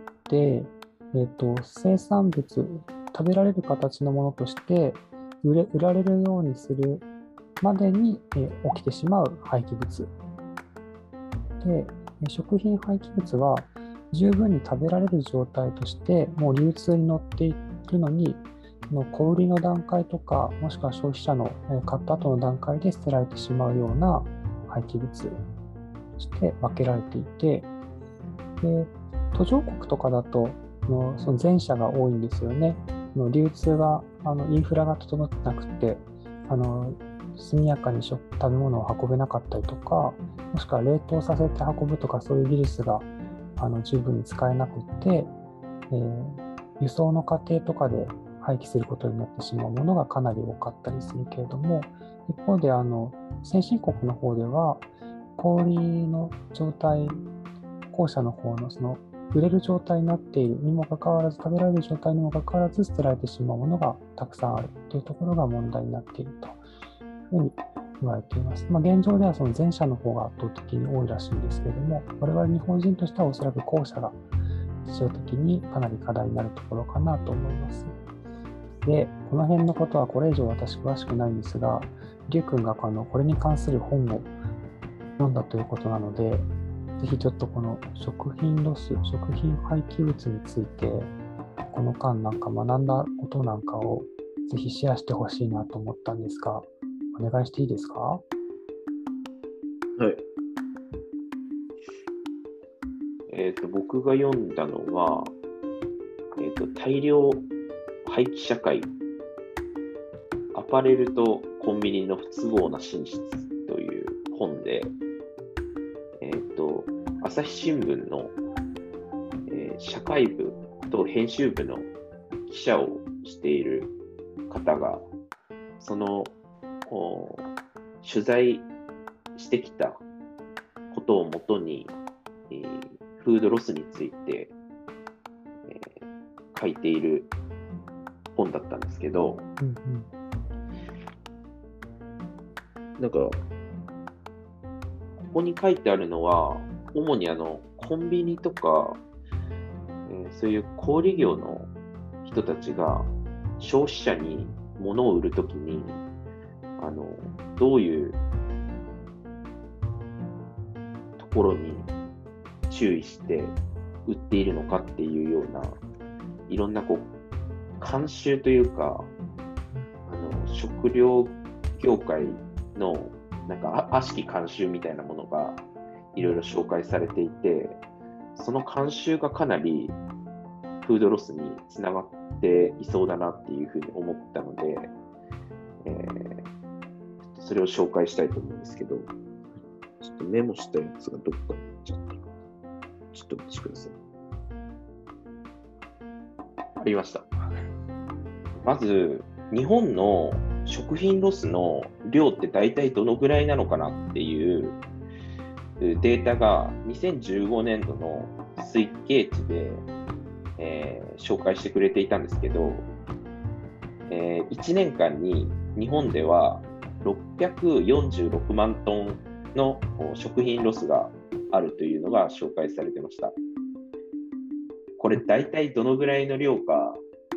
えー、と生産物、食べられる形のものとして売れ、売られるようにするまでに、えー、起きてしまう廃棄物。で、食品廃棄物は十分に食べられる状態としてもう流通に乗っているのに、の小売りの段階とか、もしくは消費者の買った後の段階で捨てられてしまうような廃棄物として分けられていて、で途上国とかだとのその前者が多いんですよね。の流通があのインフラが整ってなくて、あの速やかに食べ物を運べなかったりとか、もしくは冷凍させて運ぶとか、そういう技術があの十分に使えなくて、えー、輸送の過程とかで廃棄することになってしまうものがかなり多かったりするけれども、一方であの先進国の方では小売の状態、後者の方のその売れる状態になっているにもかかわらず、食べられる状態にもかかわらず捨てられてしまうものがたくさんあるというところが問題になっているというふうに言われています。まあ、現状ではその前者の方が圧倒的に多いらしいんですけれども、我々日本人としてはおそらく後者が実証的にかなり課題になるところかなと思います。で、この辺のことはこれ以上私詳しくないんですが、りゅうくんがあのこれに関する本を読んだということなので、ぜひちょっとこの食品ロス、食品廃棄物について、この間なんか学んだことなんかをぜひシェアしてほしいなと思ったんですが、お願いしていいですか？ はい。えっと、僕が読んだのは、えっと、大量廃棄社会、アパレルとコンビニの不都合な進出という本で、えっと、朝日新聞の、えー、社会部と編集部の記者をしている方が、その取材してきたことをもとに、えー、フードロスについて、えー、書いている本だったんですけど、うんうん、なんかここに書いてあるのは主にあのコンビニとか、えー、そういう小売業の人たちが消費者に物を売るときにあのどういうところに注意して売っているのかっていうようないろんなこう慣習というか、あの食料業界のなんか悪しき慣習みたいなものがいろいろ紹介されていて、その慣習がかなりフードロスにつながっていそうだなっていうふうに思ったので、えーそれを紹介したいと思うんですけど、ちょっとメモしたやつがどっかに行っちゃった。ちょっとお待ちください。ありました。まず、日本の食品ロスの量って大体どのぐらいなのかなっていうデータがにせんじゅうごねんどの推計値で、えー、紹介してくれていたんですけど、えー、いちねんかんに日本ではろっぴゃくよんじゅうろくまんトンの食品ロスがあるというのが紹介されてました。これ大体どのぐらいの量か、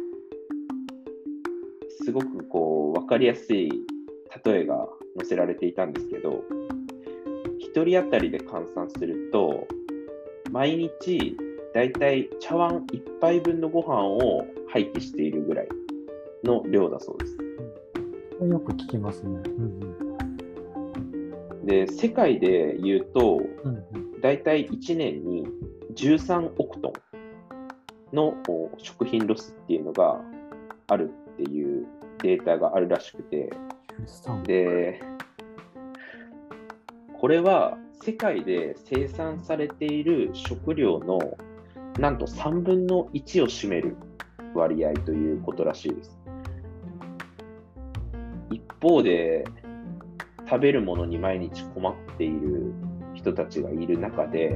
すごくこう分かりやすい例えが載せられていたんですけど、ひとり当たりで換算すると、毎日だいたい茶碗いっぱいぶんのご飯を廃棄しているぐらいの量だそうです。 よく聞きますね。うんうん、で、世界で言うと、 うんうん、 だいたいいちねんにじゅうさんおくトンの食品ロスっていうのがあるっていうデータがあるらしくて、で、これは世界で生産されている食料のなんとさんぶんのいちを占める割合ということらしいです。一方で、食べるものに毎日困っている人たちがいる中で、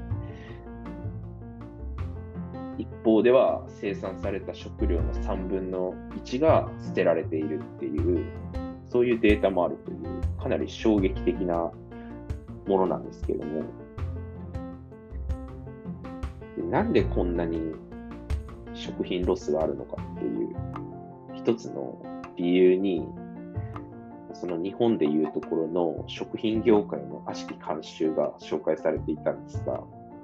一方では生産された食料のさんぶんのいちが捨てられているっていう、そういうデータもあるという、かなり衝撃的なものなんですけれども、なんでこんなに食品ロスがあるのかっていう一つの理由に、その日本でいうところの食品業界の悪しき慣習が紹介されていたんですが、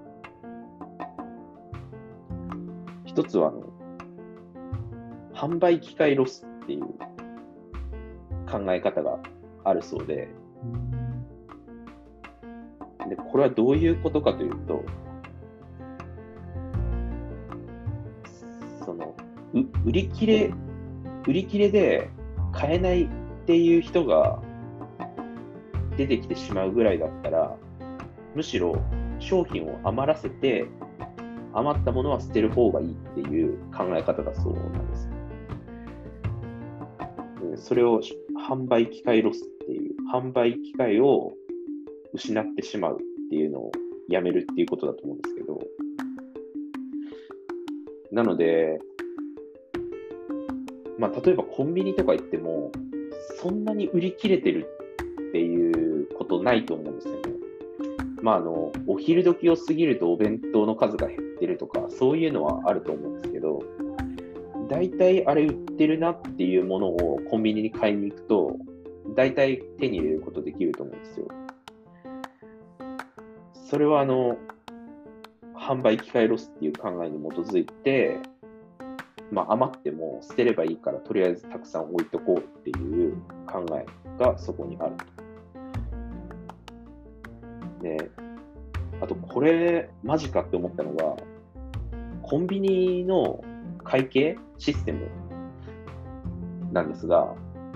一つはあの販売機会ロスっていう考え方があるそうで、でこれはどういうことかというと、そのう売り切れ売り切れで買えないっていう人が出てきてしまうぐらいだったら、むしろ商品を余らせて余ったものは捨てる方がいいっていう考え方だそうなんです。それを販売機会ロスっていう、販売機会を失ってしまうっていうのをやめるっていうことだと思うんですけど、なので、まあ、例えばコンビニとか行っても、そんなに売り切れてるっていうことないと思うんですよね。まあ、あのお昼時を過ぎるとお弁当の数が減ってるとか、そういうのはあると思うんですけど、大体あれ売ってるなっていうものをコンビニに買いに行くと、大体手に入れることできると思うんですよ。それはあの販売機会ロスっていう考えに基づいて、まあ、余っても捨てればいいからとりあえずたくさん置いとこうっていう考えがそこにあると。で、あとこれマジかって思ったのが、コンビニの会計システムなんですが、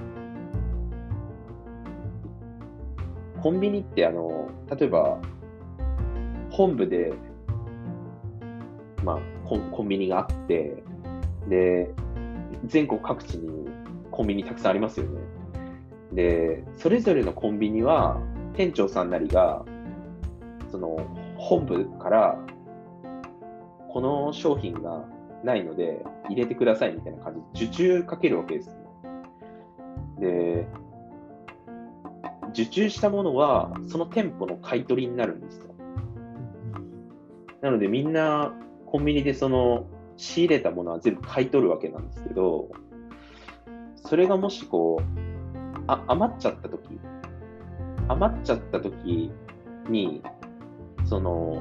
コンビニってあの例えば本部で、まあ、コン、コンビニがあって、で全国各地にコンビニたくさんありますよね。でそれぞれのコンビニは店長さんなりがその本部からこの商品がないので入れてくださいみたいな感じで受注かけるわけです。で受注したものはその店舗の買い取りになるんですよ。なのでみんなコンビニでその仕入れたものは全部買い取るわけなんですけど、それがもしこうあ余っちゃった時余っちゃった時にその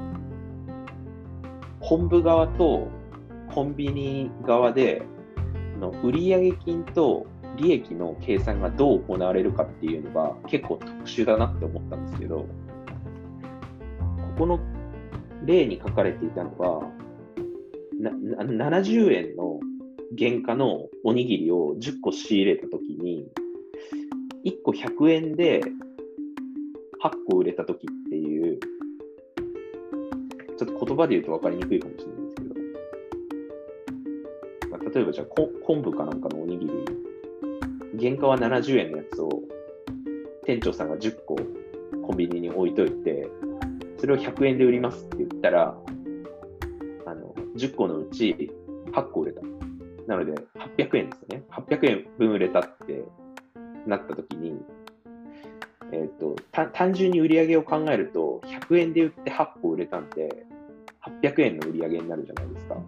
本部側とコンビニ側での売上金と利益の計算がどう行われるかっていうのが結構特殊だなって思ったんですけど、ここの例に書かれていたのはなななじゅうえんの原価のおにぎりをじゅっこ仕入れたときにいっこひゃくえんではっこ売れたときっていう、ちょっと言葉で言うと分かりにくいかもしれないんですけど、まあ、例えばじゃあ昆布かなんかのおにぎり、原価はななじゅうえんのやつを店長さんがじゅっこコンビニに置いといて、それをひゃくえんで売りますって言ったら、あのじゅっこのうちはっこ売れた。なのではっぴゃくえんですよね。はっぴゃくえんぶん売れたってなったときに、 えっと、た単純に売り上げを考えると、ひゃくえんで売ってはっこ売れたんで、はっぴゃくえんの売り上げになるじゃないですか。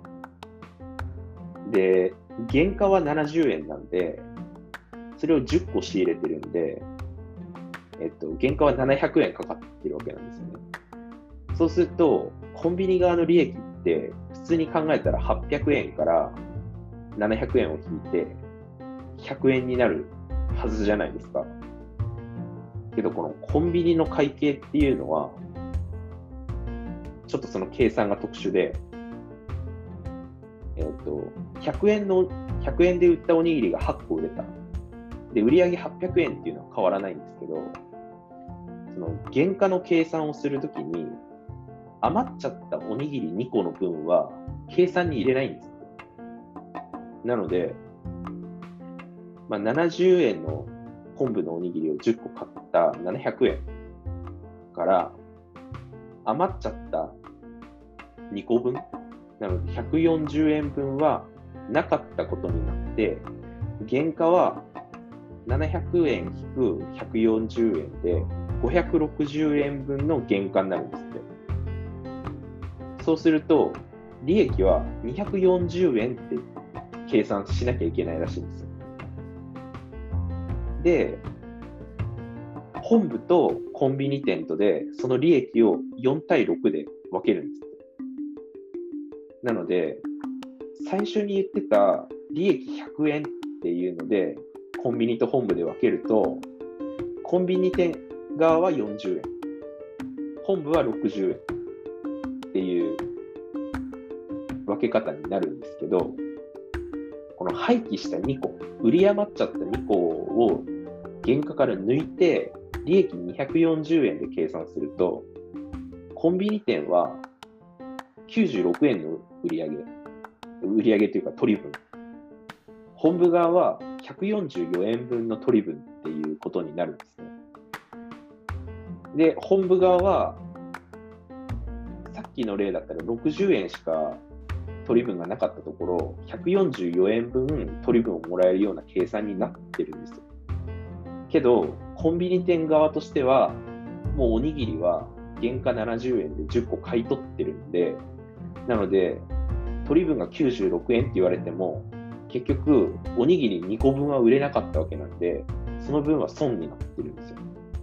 で、原価はななじゅうえんなんで、それをじゅっこ仕入れてるんで、えっと、原価はななひゃくえんかかってるわけなんですよね。そうすると、コンビニ側の利益って、普通に考えたらはっぴゃくえんからななひゃくえんを引いて、ひゃくえんになるはずじゃないですか。けど、このコンビニの会計っていうのは、ちょっとその計算が特殊で、えっと、ひゃくえんの、ひゃくえんで売ったおにぎりがはっこ売れた。で、売上はっぴゃくえんっていうのは変わらないんですけど、その原価の計算をするときに、余っちゃったおにぎりにこの分は計算に入れないんです。なので、まあ、ななじゅうえんの昆布のおにぎりをじゅっこ買ったななひゃくえんから余っちゃったにこぶんなのでひゃくよんじゅうえんぶんはなかったことになって、原価はななひゃくえん引くひゃくよんじゅうえんでごひゃくろくじゅうえんぶんの原価になるんですって。そうすると利益はにひゃくよんじゅうえんって計算しなきゃいけないらしいんですよ。で、本部とコンビニ店とでその利益をよんたいろくで分けるんです。なので、最初に言ってた利益ひゃくえんっていうので、コンビニと本部で分けると、コンビニ店側はよんじゅうえん、本部はろくじゅうえんっていう分け方になるんですけど、この廃棄したにこ、売り余っちゃったにこを原価から抜いて、利益にひゃくよんじゅうえんで計算すると、コンビニ店はきゅうじゅうろくえんの売り上げ、売り上げというか取り分、本部側はひゃくよんじゅうよえんぶんの取り分っていうことになるんですね。で、本部側は、さっきの例だったらろくじゅうえんしか取り分がなかったところ、ひゃくよんじゅうよえんぶん取り分をもらえるような計算になってるんですよ。けど、コンビニ店側としては、もうおにぎりは原価ななじゅうえんでじゅっこ買い取ってるんで、なので、取り分がきゅうじゅうろくえんって言われても、結局、おにぎりにこぶんは売れなかったわけなんで、その分は損になってるんですよ。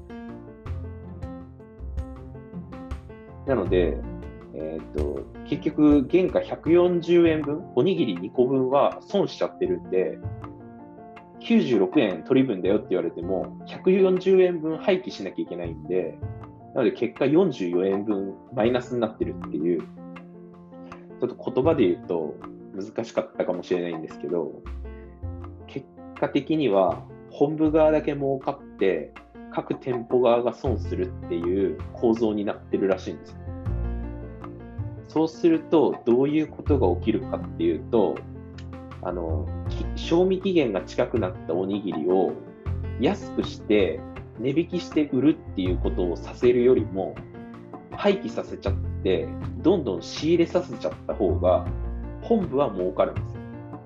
なので、えーと、結局、原価ひゃくよんじゅうえんぶん、おにぎりにこぶんは損しちゃってるんで、きゅうじゅうろくえん取り分だよって言われても、ひゃくよんじゅうえんぶん廃棄しなきゃいけないんで、なので結果よんじゅうよえんぶんマイナスになってるっていう、ちょっと言葉で言うと難しかったかもしれないんですけど、結果的には本部側だけ儲かって各店舗側が損するっていう構造になってるらしいんですよ。そうするとどういうことが起きるかっていうと、あの賞味期限が近くなったおにぎりを安くして値引きして売るっていうことをさせるよりも、廃棄させちゃってどんどん仕入れさせちゃった方が本部は儲かるんですよ。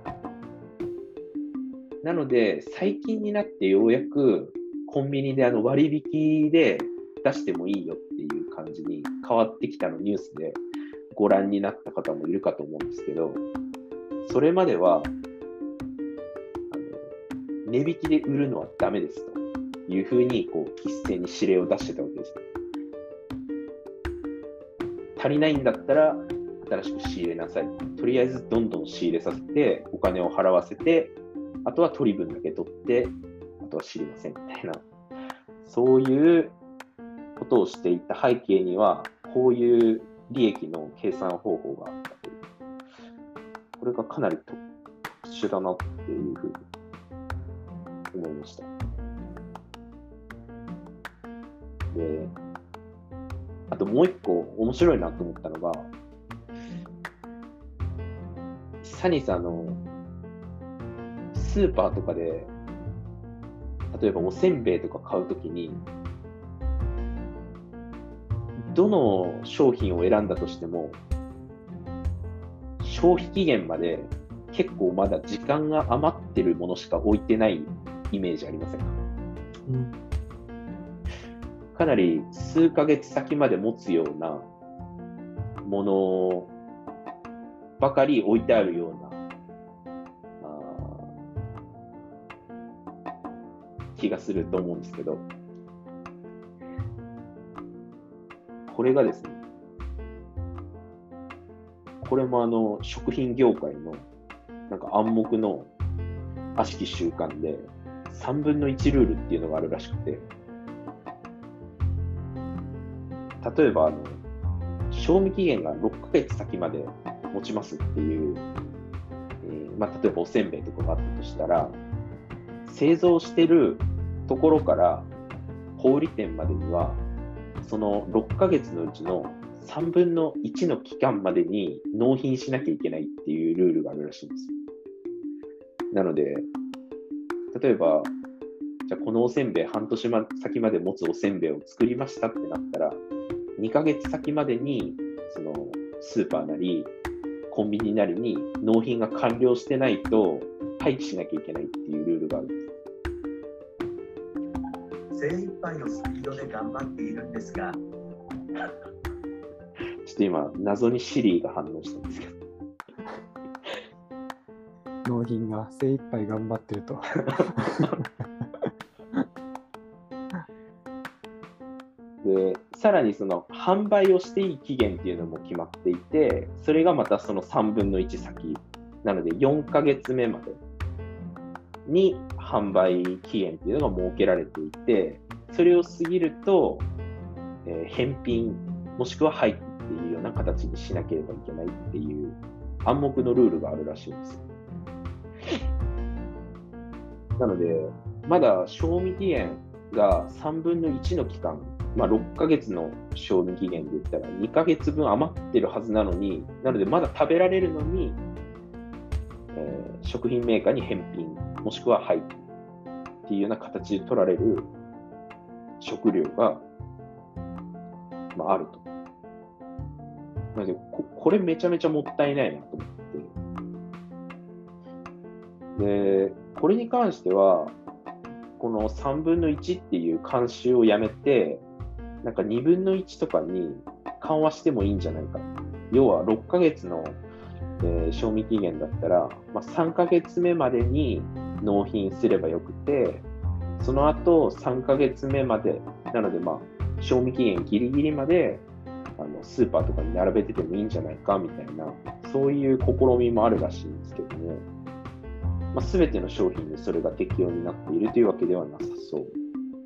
なので最近になってようやくコンビニであの割引で出してもいいよっていう感じに変わってきたのをニュースでご覧になった方もいるかと思うんですけど、それまではあの値引きで売るのはダメですというふうにこう一斉に指令を出してたわけです。足りないんだったら新しく仕入れなさい。とりあえずどんどん仕入れさせてお金を払わせて、あとは取り分だけ取ってあとは知りませんみたいな、そういうことをしていた背景にはこういう利益の計算方法があったという、これがかなり特殊だなっていうふうに思いました。で、あともう一個面白いなと思ったのが、サニーさんのスーパーとかで例えばおせんべいとか買うときに、どの商品を選んだとしても消費期限まで結構まだ時間が余ってるものしか置いてないイメージありませんか？ うん、 かなり数ヶ月先まで持つようなものばかり置いてあるような気がすると思うんですけど、これがですね、これもあの食品業界のなんか暗黙の悪しき習慣でさんぶんのいちルールっていうのがあるらしくて、例えばあの賞味期限がろっかげつ先まで持ちますっていう、えーまあ、例えばおせんべいとかがあったとしたら、製造してるところから小売店までにはそのろっかげつのうちのさんぶんのいちの期間までに納品しなきゃいけないっていうルールがあるらしいんですよ。なので、例えばじゃあこのおせんべい半年先まで持つおせんべいを作りましたってなったら、にかげつ先までにそのスーパーなりコンビニなりに納品が完了してないと廃棄しなきゃいけないっていうルールがあるんです。 精一杯のスピードで頑張っているんですが、ちょっと今謎にシリーが反応したんですけど、 納品が精一杯頑張ってるとでさらにその販売をしていい期限っていうのも決まっていて、それがまたそのさんぶんのいち先なのでよんかげつめまでに販売期限っていうのが設けられていて、それを過ぎると、えー、返品もしくは廃棄っていうような形にしなければいけないっていう暗黙のルールがあるらしいんです。なのでまだ賞味期限がさんぶんのいちの期間、まあ、ろっかげつの賞味期限で言ったらにかげつぶん余ってるはずなのに、なのでまだ食べられるのに、えー、食品メーカーに返品もしくは廃棄っていうような形で取られる食料が、まあ、あると。なので こ, これめちゃめちゃもったいないなと思って。で、これに関しては、このさんぶんのいちっていう慣習をやめて、なんかにぶんのいちとかに緩和してもいいんじゃないか。要はろっかげつの、えー、賞味期限だったら、まあ、さんかげつめまでに納品すればよくて、その後さんかげつめまで、なのでまあ賞味期限ギリギリまであのスーパーとかに並べててもいいんじゃないかみたいな、そういう試みもあるらしいんですけども、まあ、全ての商品でそれが適用になっているというわけではなさそう。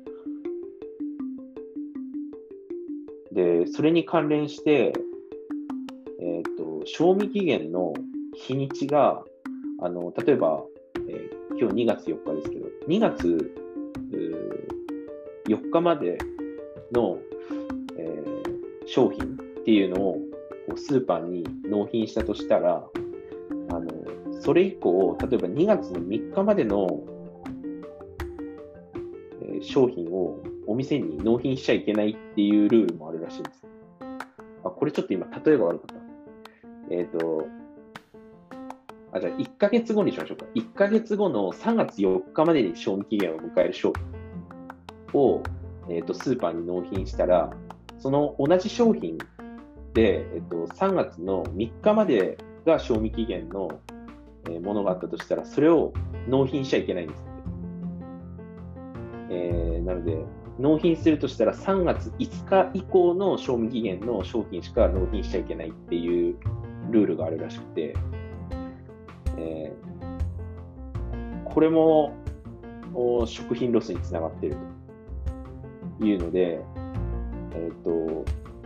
で、それに関連して、えーと、賞味期限の日にちが、あの例えば、えー、今日にがつよっかですけど、にがつよっかまでの、えー、商品っていうのをこうスーパーに納品したとしたら、あのそれ以降、例えばにがつのみっかまでの、えー、商品をお店に納品しちゃいけないっていうルールもあるらしいんです。あ、これちょっと今、例えが悪かった。えっと、あ、じゃあいっかげつごにしましょうか。いっかげつごのさんがつよっかまでに賞味期限を迎える商品を、えーと、スーパーに納品したら、その同じ商品で、えーと、さんがつのみっかまでが賞味期限のものがあったとしたら、それを納品しちゃいけないんですって。えー、なので、納品するとしたらさんがついつか以降の賞味期限の商品しか納品しちゃいけないっていうルールがあるらしくて、えー、これも食品ロスにつながっているというので、えーと、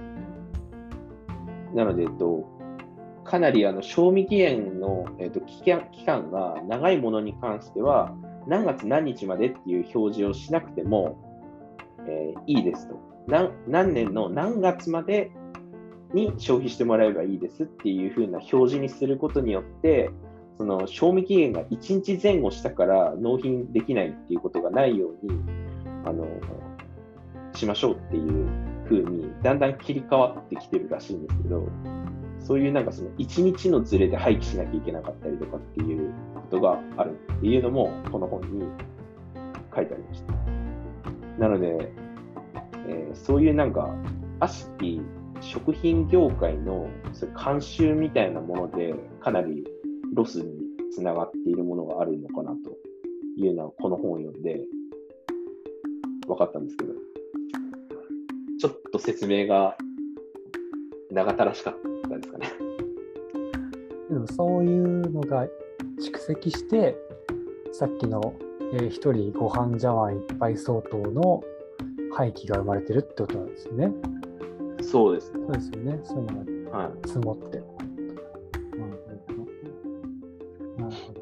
なので、えっと、かなりあの賞味期限の、えーと、期間、期間が長いものに関しては、何月何日までっていう表示をしなくても、えー、いいですと。何、何年の何月までに消費してもらえばいいですっていう風な表示にすることによって、その賞味期限がいちにちまえ後したから納品できないっていうことがないようにあのしましょうっていう風にだんだん切り替わってきてるらしいんですけど、そういうなんかそのいちにちのズレで廃棄しなきゃいけなかったりとかっていうことがあるっていうのもこの本に書いてありました。なので、えー、 そういうなんか、アシピ食品業界のそういう慣習みたいなもので、かなりロスにつながっているものがあるのかなというのは、この本を読んで分かったんですけど、ちょっと説明が長たらしかったですかね。 でもそういうのが蓄積して、さっきの、えー、ひとりご飯茶碗一杯相当の廃棄が生まれてるってことなんですよね。 そうですね。 そうですよね。そういうのが積もって。はい、なるほど。なるほ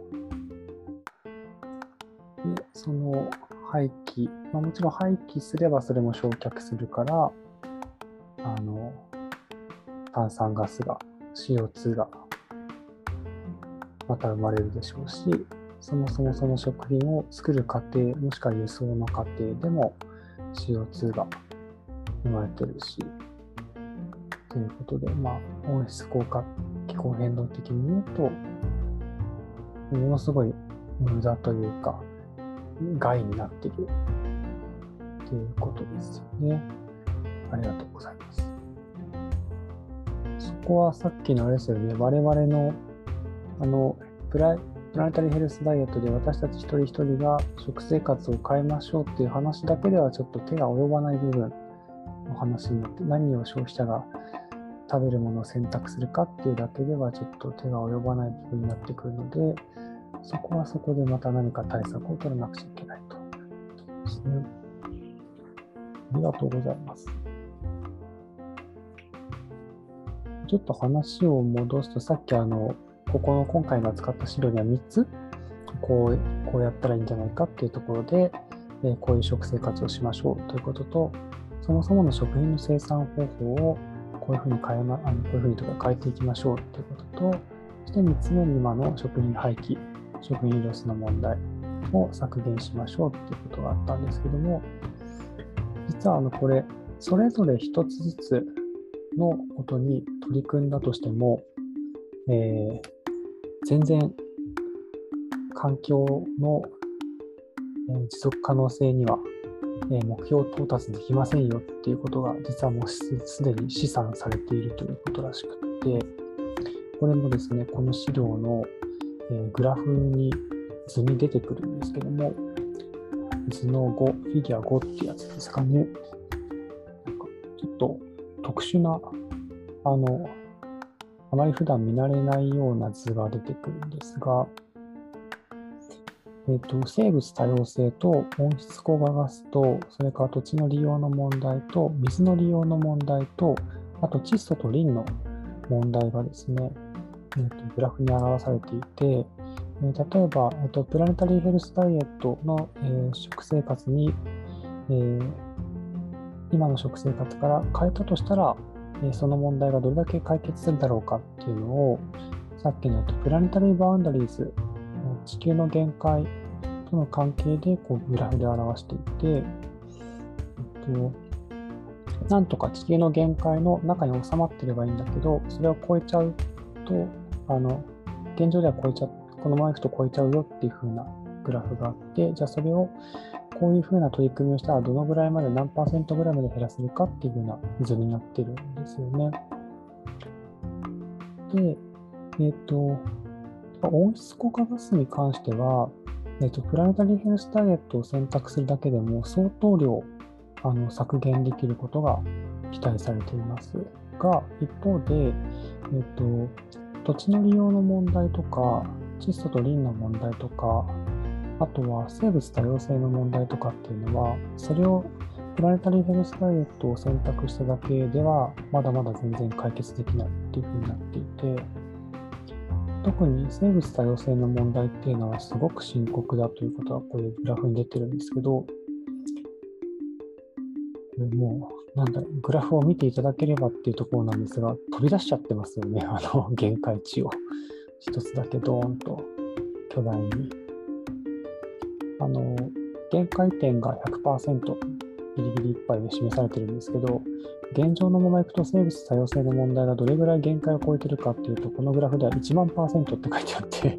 ど。で、その廃棄、まあ、もちろん廃棄すればそれも焼却するから、あの、炭酸ガスが、シーオーツー がまた生まれるでしょうし、そもそもその食品を作る過程、もしくは輸送の過程でも シーオーツー が生まれてるし、ということで、まあ、温室効果、気候変動的に言うと、ものすごい無駄というか、害になっているということですよね。ありがとうございます。そこはさっきのあれですよね、我々のあのプライプラネタリーヘルスダイエットで私たち一人一人が食生活を変えましょうっていう話だけではちょっと手が及ばない部分の話になって、何を消費者が食べるものを選択するかっていうだけではちょっと手が及ばない部分になってくるので、そこはそこでまた何か対策を取らなくちゃいけないとですね。ありがとうございます。ちょっと話を戻すと、さっきあのここの今回の使った資料にはみっつこう、こうやったらいいんじゃないかっていうところで、えー、こういう食生活をしましょうということと、そもそもの食品の生産方法をこういうふうに変えま、あのこういうふうにとか変えていきましょうということと、そしてみっつめに今の食品廃棄、食品ロスの問題を削減しましょうということがあったんですけども、実はあのこれ、それぞれ一つずつのことに取り組んだとしても、えー、全然環境の、えー、持続可能性には、えー、目標到達できませんよっていうことが実はもうすでに試算されているということらしくて、これもですね、この資料の、えー、グラフに図に出てくるんですけども、図のご、フィギュアごってやつですかね。なんかちょっと特殊な、あの、あまり普段見慣れないような図が出てくるんですが、えーと、生物多様性と温室効果ガスと、それから土地の利用の問題と、水の利用の問題と、あと窒素とリンの問題がですね、えーと、グラフに表されていて、えー、例えば、えーと、プラネタリーヘルスダイエットの、えー、食生活に、えー、今の食生活から変えたとしたら、えー、その問題がどれだけ解決するだろうかっていうのを、さっきのプラネタリーバウンダリーズ、地球の限界との関係でこうグラフで表していて、えっと、なんとか地球の限界の中に収まっていればいいんだけど、それを超えちゃうと、あの現状では超えちゃこのままいくと超えちゃうよっていう風なグラフがあって、じゃあそれをこういう風な取り組みをしたらどのぐらいまで何パーセントぐらいまで減らせるかっていう風な図になってるんですよね。で、えっと、温室効果ガスに関しては、えっと、プラネタリーヘルスダイエットを選択するだけでも相当量あの削減できることが期待されていますが、一方で、えっと、土地の利用の問題とか、窒素とリンの問題とか、あとは生物多様性の問題とかっていうのは、それをプラネタリーヘルスダイエットを選択しただけでは、まだまだ全然解決できないっていうふうになっていて、特に生物多様性の問題っていうのはすごく深刻だということはこういうグラフに出てるんですけど、もうなんだグラフを見ていただければっていうところなんですが、飛び出しちゃってますよね、あの限界値を一つだけドーンと巨大に。あの限界点が ひゃくパーセント ギリギリいっぱいで示されてるんですけど、現状のままいくと生物多様性の問題がどれぐらい限界を超えてるかっていうと、このグラフではいちまんパーセントって書いてあって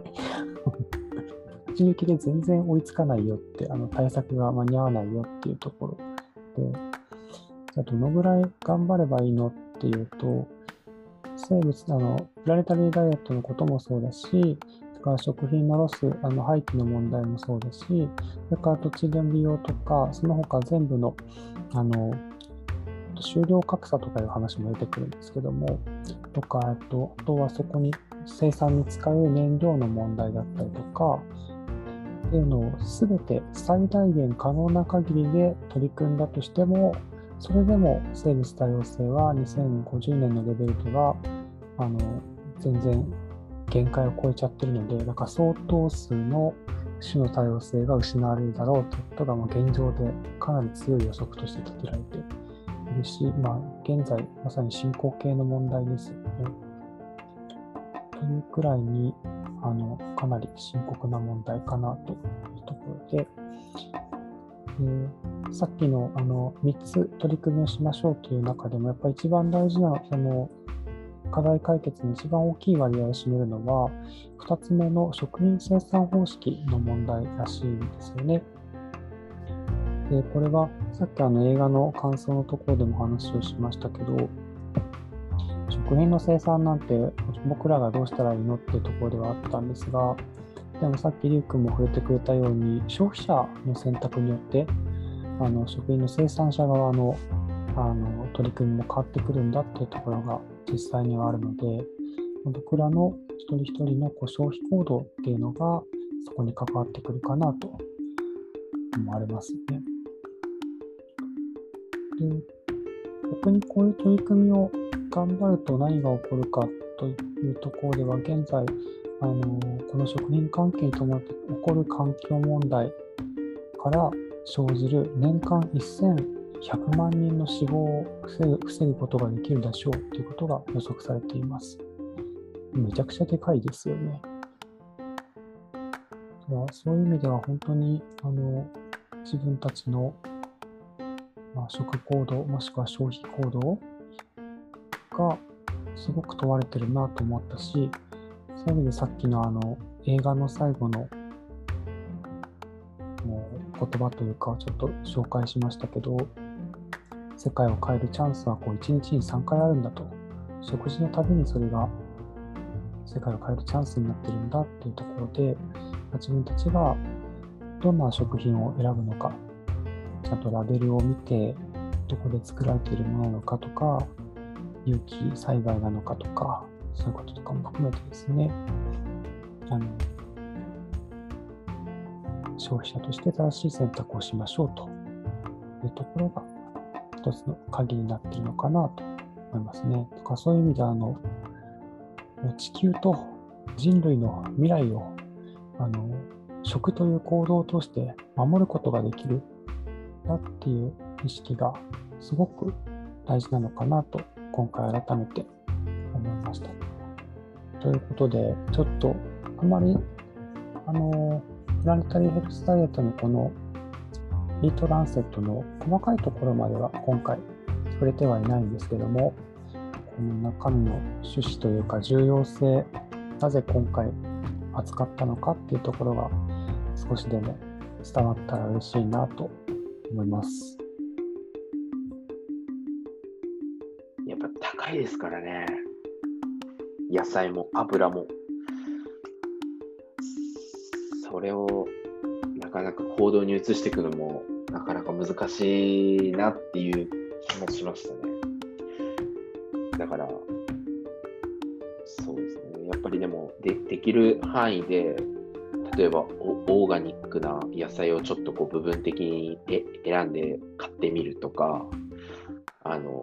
立ち抜きで全然追いつかないよって、あの対策が間に合わないよっていうところで、 じゃあどのぐらい頑張ればいいのっていうと、生物、あの、プラネタリーダイエットのこともそうだし、それから食品のロス、あの廃棄の問題もそうだし、それから土地の利用とか、その他全部の、あの、収量格差とかいう話も出てくるんですけども、とか、あと、あとはそこに生産に使う燃料の問題だったりとか、っていうのを全て最大限可能な限りで取り組んだとしても、それでも生物多様性はにせんごじゅうねんのレベルではあの全然限界を超えちゃってるので、だから相当数の種の多様性が失われるだろうということが、まあ、現状でかなり強い予測として立てられているし、まあ、現在まさに進行形の問題ですよね。というくらいにあのかなり深刻な問題かなというところで、でさっきの、あのみっつ取り組みをしましょうという中でも、やっぱり一番大事なその課題解決に一番大きい割合を占めるのは、ふたつめの食品生産方式の問題らしいんですよね。でこれはさっきあの映画の感想のところでも話をしましたけど、食品の生産なんて僕らがどうしたらいいのっていうところではあったんですが、でもさっきリュウ君も触れてくれたように、消費者の選択によってあの食品の生産者側の、あの取り組みも変わってくるんだっていうところが実際にはあるので、僕らの一人一人のこう消費行動っていうのがそこに関わってくるかなと思われますね。で、逆にこういう取り組みを頑張ると何が起こるかというところでは、現在あのこの食品関係に伴って起こる環境問題から生じる年間せんひゃくまんにんの死亡を防ぐ、防ぐことができるでしょうということが予測されています。めちゃくちゃでかいですよね。そういう意味では本当にあの自分たちの、まあ、食行動もしくは消費行動がすごく問われてるなと思ったし、そういう意味でさっきのあの映画の最後の言葉というかちょっと紹介しましたけど、世界を変えるチャンスはこういちにちにさんかいあるんだと、食事のたびにそれが世界を変えるチャンスになってるんだっていうところで、自分たちがどんな食品を選ぶのか、ちゃんとラベルを見てどこで作られているものなのかとか、有機栽培なのかとか、そういうこととかも含めてですね、あの消費者として正しい選択をしましょうというところが一つの鍵になっているのかなと思いますね。とかそういう意味であの地球と人類の未来をあの食という行動を通して守ることができるだっていう意識がすごく大事なのかなと今回改めて思いました。ということで、ちょっとあまりあのプラネタリーヘルスダイエットのこのイートランセットの細かいところまでは今回触れてはいないんですけども、この中身の趣旨というか重要性、なぜ今回扱ったのかっていうところが少しでも伝わったら嬉しいなと思います。 やっぱ高いですからね。野菜も油も。それをなかなか行動に移していくのもなかなか難しいなっていう気もしましたね。だからそうですね、やっぱりでも で, できる範囲で、例えばオーガニックな野菜をちょっとこう部分的に選んで買ってみるとか、あの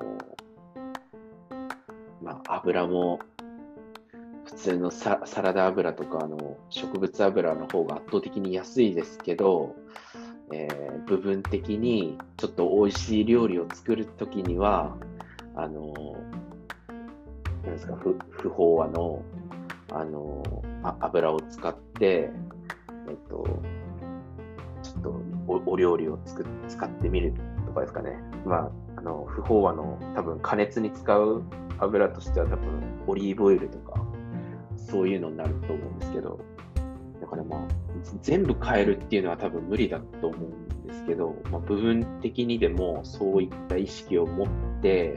まあ油も普通の サ, サラダ油とかあの植物油の方が圧倒的に安いですけど、えー、部分的にちょっと美味しい料理を作るときにはあのなんですか、不, 不飽和の、あのあ油を使って、えっと、ちょっと お, お料理をつく使ってみるとかですかね。まあ、あの不飽和の多分加熱に使う油としては多分オリーブオイルとかそういうのになると思うんですけど、 かね、まあ、全部変えるっていうのは多分無理だと思うんですけど、まあ、部分的にでもそういった意識を持って、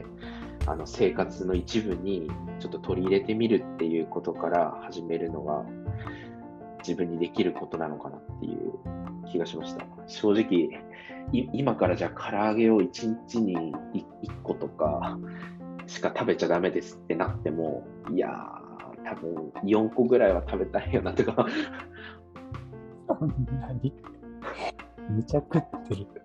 あの生活の一部にちょっと取り入れてみるっていうことから始めるのが自分にできることなのかなっていう気がしました。正直、い今からじゃあ唐揚げをいちにちにいっこととかしか食べちゃダメですってなっても、いやー、多分よんこぐらいは食べたいよなとか。 そんなにめちゃ食ってる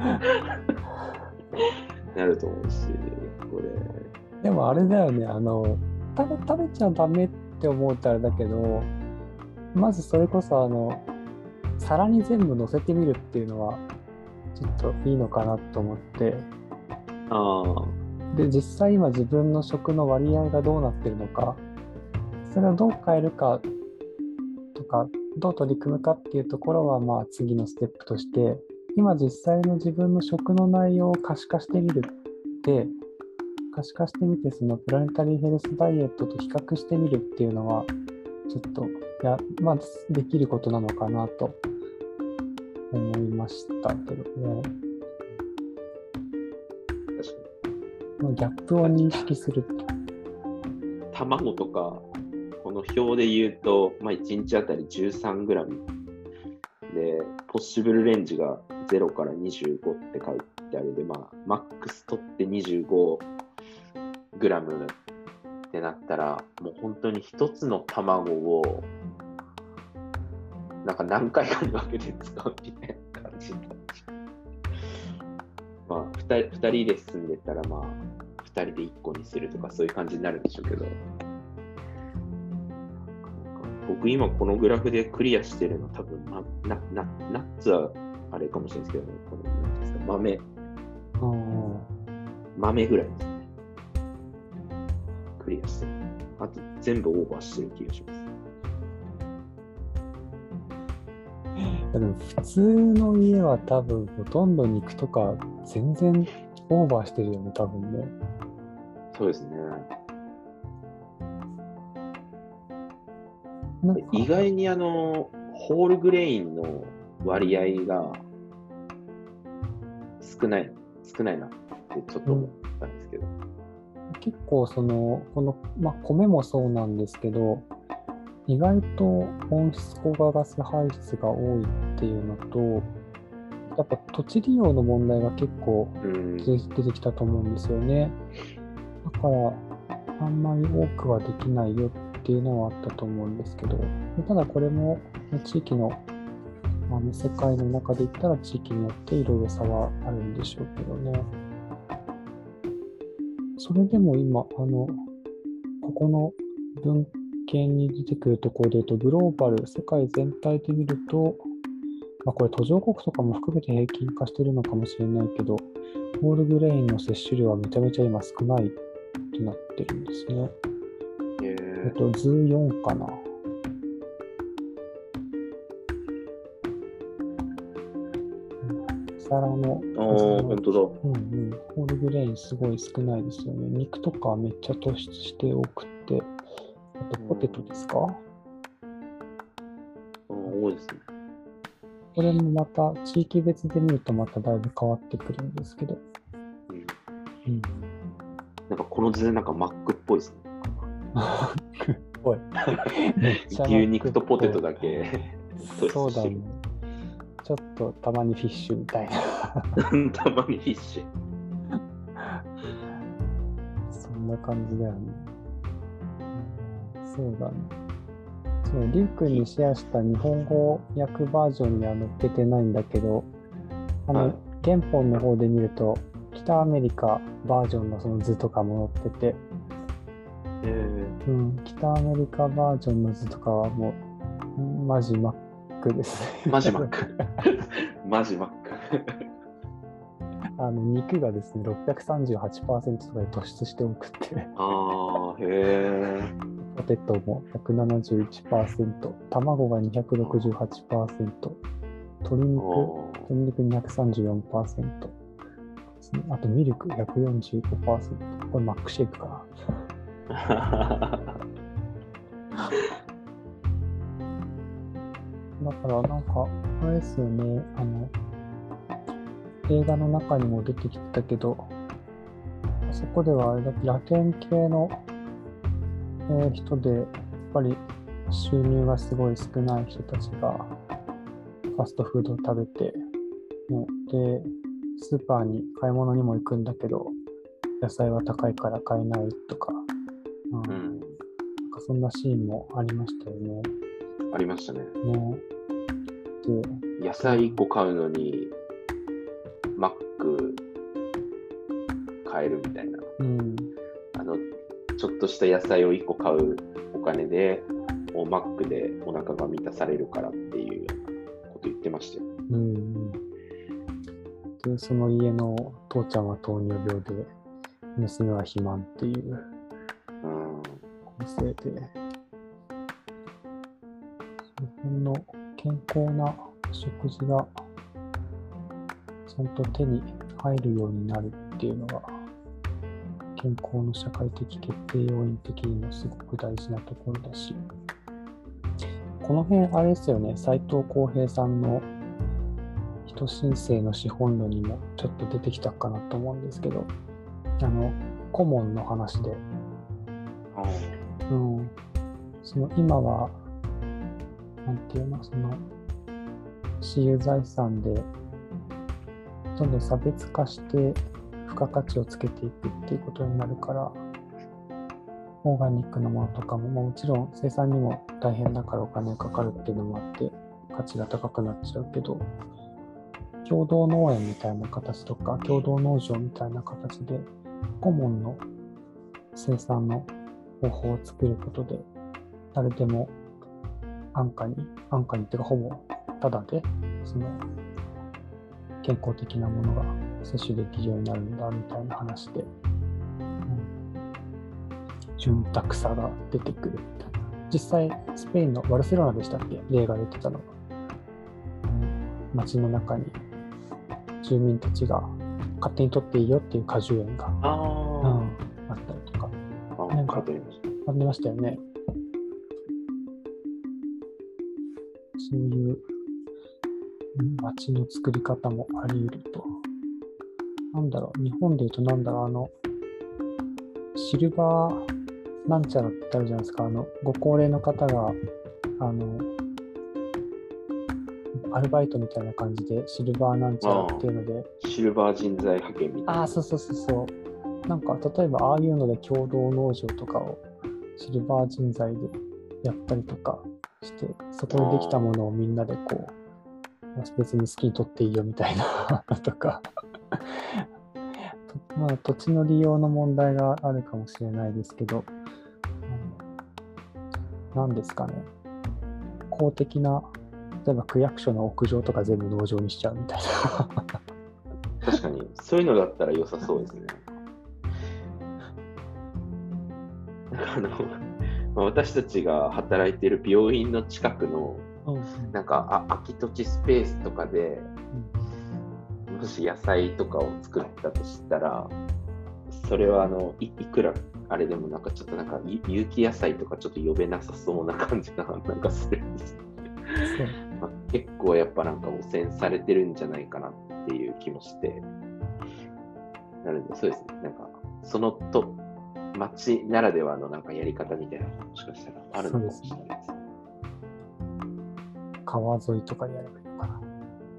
なると思うし、これ。 でもあれだよね、あの食べ、食べちゃダメって思うとあれだけど、まずそれこそあの皿に全部乗せてみるっていうのはちょっといいのかなと思って、 あで実際今自分の食の割合がどうなってるのか、それをどう変えるかとかどう取り組むかっていうところはまあ次のステップとして、今実際の自分の食の内容を可視化してみるって可視化してみて、そのプラネタリーヘルスダイエットと比較してみるっていうのはちょっとや、まあ、できることなのかなと思いましたけどね。 確かまあ、ギャップを認識する。 に。卵とか、この表で言うと、まあ、いちにちあたり じゅうさんグラム で、ポッシブルレンジがゼロからにじゅうごって書いてあるので、まあ、マックス取ってにじゅうごグラムってなったら、もう本当に一つの卵をなんか何回かに分けて使うみたいな感じになっちゃう。まあふたり、ふたりで住んでたら、まあふたりでいっこにするとかそういう感じになるんでしょうけど、僕今このグラフでクリアしてるの多分、ま、ななナッツはあれかもしれないですけどね、このなんていうんですか、豆豆ぐらいですね。クリアしてる。あと全部オーバーしてる気がします。 でも普通の家は多分ほとんど肉とか全然オーバーしてるよね、多分ね。 そうですね。 なんか意外にあのホールグレインの割合が少ない少ないなってちょっと思ったんですけど、 うん、結構そのこの、まあ、米もそうなんですけど、意外と温室効果ガス排出が多いっていうのと、やっぱ土地利用の問題が結構出てきたと思うんですよね。だからあんまり多くはできないよっていうのはあったと思うんですけど、ただこれも地域の、まあ、世界の中で言ったら地域によっていろいろ差はあるんでしょうけどね。それでも今、あの、ここの文献に出てくるところで言うと、グローバル、世界全体で見ると、まあ、これ途上国とかも含めて平均化してるのかもしれないけど、ホールグレインの摂取量はめちゃめちゃ今少ないってなってるんですね。 ええっと、図よんかな。皿の、 ああ、本当だ。 うんうん、ホールグレインすごい少ないですよね。肉とかめっちゃ突出して多くて、あとポテトですか？ ああ、多いですね。 これもまた地域別で見るとまただいぶ変わってくるんですけど。 うん。 うん、 なんかこの図なんかマックっぽいですね。 おい。 牛肉とポテトだけ。 そうだね。ちょっとたまにフィッシュみたいな。 たまにフィッシュ。 そんな感じだよね。そうだね。そう、リュウ君にシェアした日本語訳バージョンには載っけてないんだけど、あの、はい、原本の方で見ると、北アメリカバージョンのその図とかも載ってて、 えーうん、北アメリカバージョンの図とかはもう、マジマックですね。 マジマック。マジマック。 あの肉がですね、ろっぴゃくさんじゅうはちパーセント とかで突出して多くて。 ああ、へえ。 ポテトも ひゃくななじゅういちパーセント、卵が にひゃくろくじゅうはちパーセント、鶏肉、鶏肉 にひゃくさんじゅうよんパーセント、あとミルク ひゃくよんじゅうごパーセント、これマックシェイクかな。 だからなんか、あれですよね、あの、映画の中にも出てきてたけど、あそこではあれだけラテン系の、えー人で、やっぱり収入がすごい少ない人たちがファストフードを食べて、ね、で、スーパーに買い物にも行くんだけど、野菜は高いから買えないとか、うん、 うん。 なんかそんなシーンもありましたよね。 ありましたね。 ねで、 野菜いっこ買うのに、マック買えるみたいな。 うん、 あの、ちょっとした野菜をいっこ買うお金で、もうマックでお腹が満たされるからっていうこと言ってましたよ。 うん、で、その家の父ちゃんは糖尿病で、娘は肥満っていううん。 構成で、自分の健康な食事がちゃんと手に入るようになるっていうのが、健康の社会的決定要因的にもすごく大事なところだし、この辺あれですよね、斉藤浩平さんの人申請の資本論にもちょっと出てきたかなと思うんですけど、あの顧問の話で、 あうん、その今はなんていうの、その私有財産でどんどん差別化して付加価値をつけていくっていうことになるから、オーガニックのものとかも、まあ、もちろん生産にも大変だからお金かかるっていうのもあって価値が高くなっちゃうけど、共同農園みたいな形とか共同農場みたいな形で顧問の生産の方法を作ることで、誰でも安価に安価にっていうかほぼタダでその健康的なものが摂取できるようになるんだみたいな話で、うん、潤沢さが出てくる。実際スペインのバルセロナでしたっけ、例が出てたのが、うん、街の中に住民たちが勝手に取っていいよっていう果樹園が、 あ、 うん、あったりとか、 あ、 なんか書いてありました。 ありましたよね。そういう街の作り方もあり得ると。なんだろう、日本でいうとなんだろう、あの、シルバーなんちゃらってあるじゃないですか。あの、ご高齢の方が、あの、アルバイトみたいな感じでシルバーなんちゃらっていうので、 シルバー人材派遣みたいな。 ああ、そうそうそうそう。なんか、例えばああいうので共同農場とかをシルバー人材でやったりとかして、そこでできたものをみんなでこう、別に好きに取っていいよみたいなのとかまあ土地の利用の問題があるかもしれないですけど、何ですかね、公的な、例えば区役所の屋上とか全部農場にしちゃうみたいな確かにそういうのだったら良さそうですね。あの私たちが働いている病院の近くのなんかあ空き土地スペースとかで、うん、もし野菜とかを作ったとしたら、それはあの い, いくらあれでもなんかちょっとなんか有機野菜とかちょっと呼べなさそうな感じがなんかするんですまあ、結構やっぱなんか汚染されてるんじゃないかなっていう気もして、なのでそうですね、なんかそのと町ならではのなんかやり方みたいなのがもしかしたらあるのかもしれないですね。 川沿いとかにやればいいのかな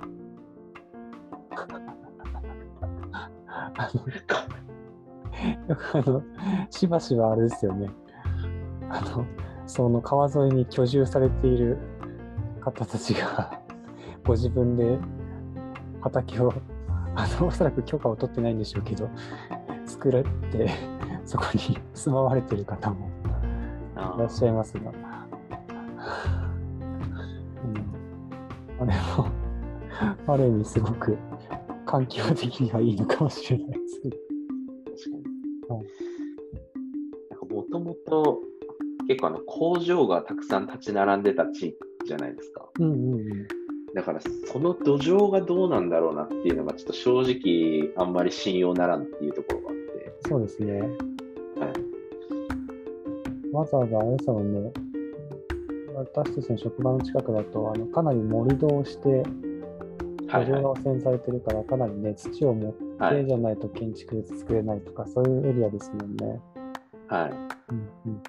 あのあのしばしばあれですよね、あのその川沿いに居住されている方たちがご自分で畑をあのおそらく許可を取ってないんでしょうけど作られてそこに住まわれている方もいらっしゃいますが、あれもある意味すごく環境的にはいいのかもしれないですけど。 確かに。 はい、 なんかもともと結構あの工場がたくさん立ち並んでた地域じゃないですか。 うんうんうん。 だからその土壌がどうなんだろうなっていうのがちょっと正直あんまり信用ならんっていうところがあって。 そうですね。 はい。 わざわざあれですもんね。 私たちの職場の近くだとあのかなり盛り土をして土はいはい壌が汚染されてるから、かなりね土を持ってじゃないと建築物作れないとか、そういうエリアですもんね。 はい。 うんうん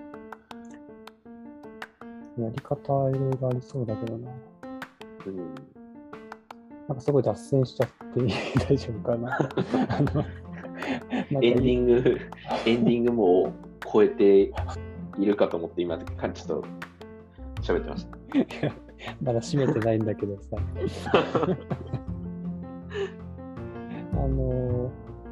うん。やり方はいろいろありそうだけどな。 うん、 なんかすごい脱線しちゃって大丈夫かな。あのなんかエンディング、エンディングもう超えているかと思って今、ちょっと喋ってました。 まだ閉めてないんだけどさ。あの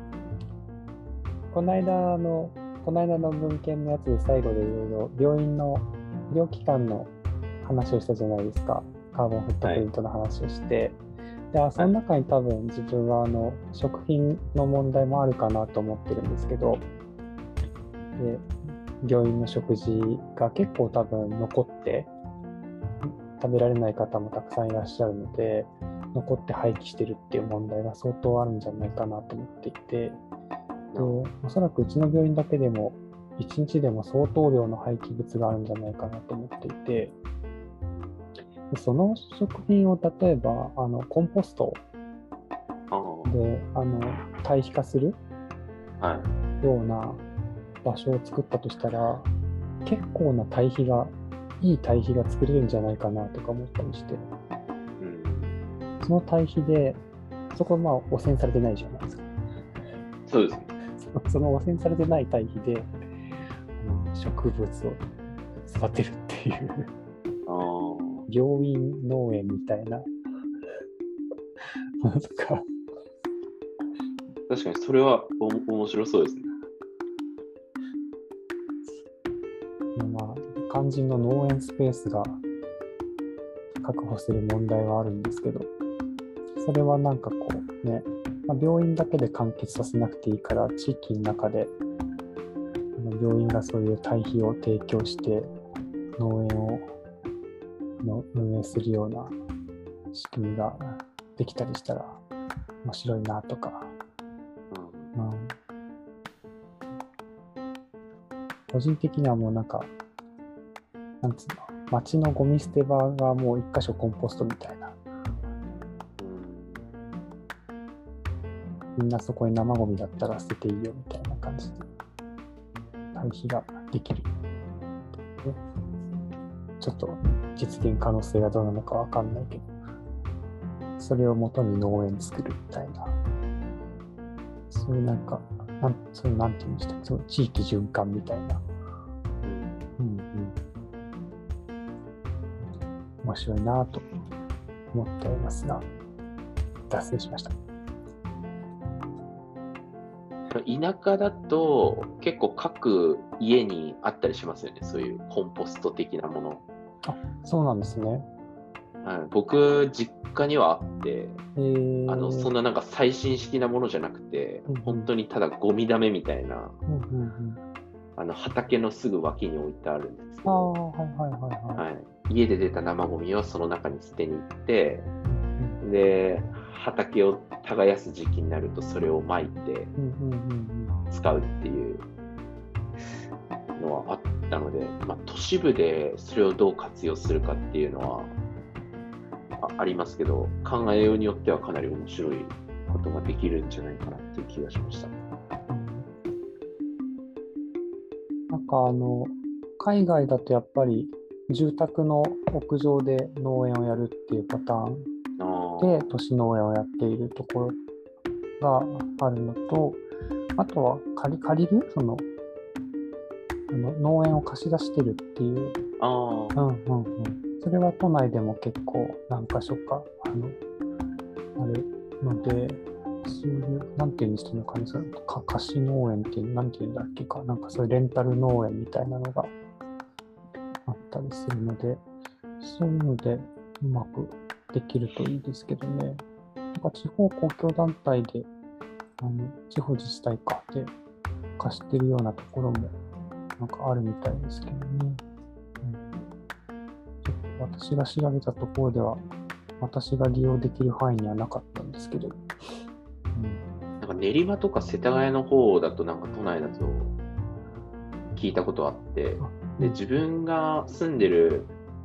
この間のこの間の文献のやつで最後でいろいろ病院の医療機関の話をしたじゃないですか。カーボンフットプリントの話をして、はい、でその中に多分自分はあの食品の問題もあるかなと思ってるんですけど、で病院の食事が結構多分残って食べられない方もたくさんいらっしゃるので、残って廃棄してるっていう問題が相当あるんじゃないかなと思っていて、でおそらくうちの病院だけでもいちにちでも相当量の廃棄物があるんじゃないかなと思っていて、でその食品を例えばあのコンポストであの堆肥化するような場所を作ったとしたら、結構な堆肥がいい堆肥が作れるんじゃないかなとか思ったりして、 うん、 その堆肥でそこはまあ汚染されてないじゃないですか。 そうですね。 その汚染されてない堆肥で植物を育てるっていう病院農園みたいなものとか。 確かにそれはお面白そうですね。 まあ肝心の農園スペースが確保する問題はあるんですけど、それはなんかこうね、まあ、病院だけで完結させなくていいから、地域の中であの病院がそういう堆肥を提供して農園をの運営するような仕組みができたりしたら面白いなとか、うんうん、個人的にはもうなんかなんつうの、町のゴミ捨て場がもう一箇所コンポストみたいな、みんなそこに生ゴミだったら捨てていいよみたいな感じで堆肥ができる。ちょっと実現可能性がどうなのかわかんないけど、それを元に農園作るみたいな、そういうなんか、なんそれなんていうんでしたっけ、その地域循環みたいな、うんうん、面白いなと思っておりますが、脱線しました。 田舎だと結構各家にあったりしますよね、そういうコンポスト的なもの。 あ、そうなんですね。 はい、僕実家にはあって、 えー、 あのそんななんか最新式なものじゃなくて、うんうん、本当にただゴミだめみたいな、うんうんうん、あの畑のすぐ脇に置いてあるんですけど、 あ、はいはいはいはいはい、家で出た生ゴミをその中に捨てに行って、うん、で畑を耕す時期になるとそれを撒いて使うっていうのはあったので、まあ、都市部でそれをどう活用するかっていうのは あ, ありますけど、考えようによってはかなり面白いことができるんじゃないかなっていう気がしました。 なんかあの海外だとやっぱり住宅の屋上で農園をやるっていうパターンで都市農園をやっているところがあるのと、あとは借り、借りるそのあの農園を貸し出してるっていう、 あ、 うんうんうん、それは都内でも結構何か所かあのあるので、そういうなんていうんですかね、そのか貸し農園ってなんていうんだっけか、なんかそういうレンタル農園みたいなのがあったりするので、そういうのでうまくできるといいですけどね。なんか地方公共団体で、あの地方自治体かで貸してるようなところもなんかあるみたいですけどね。うん、ちょっと私が調べたところでは、私が利用できる範囲にはなかったんですけど。うん、 なんか練馬とか世田谷の方だとなんか都内だと聞いたことあって、で自分が住んでる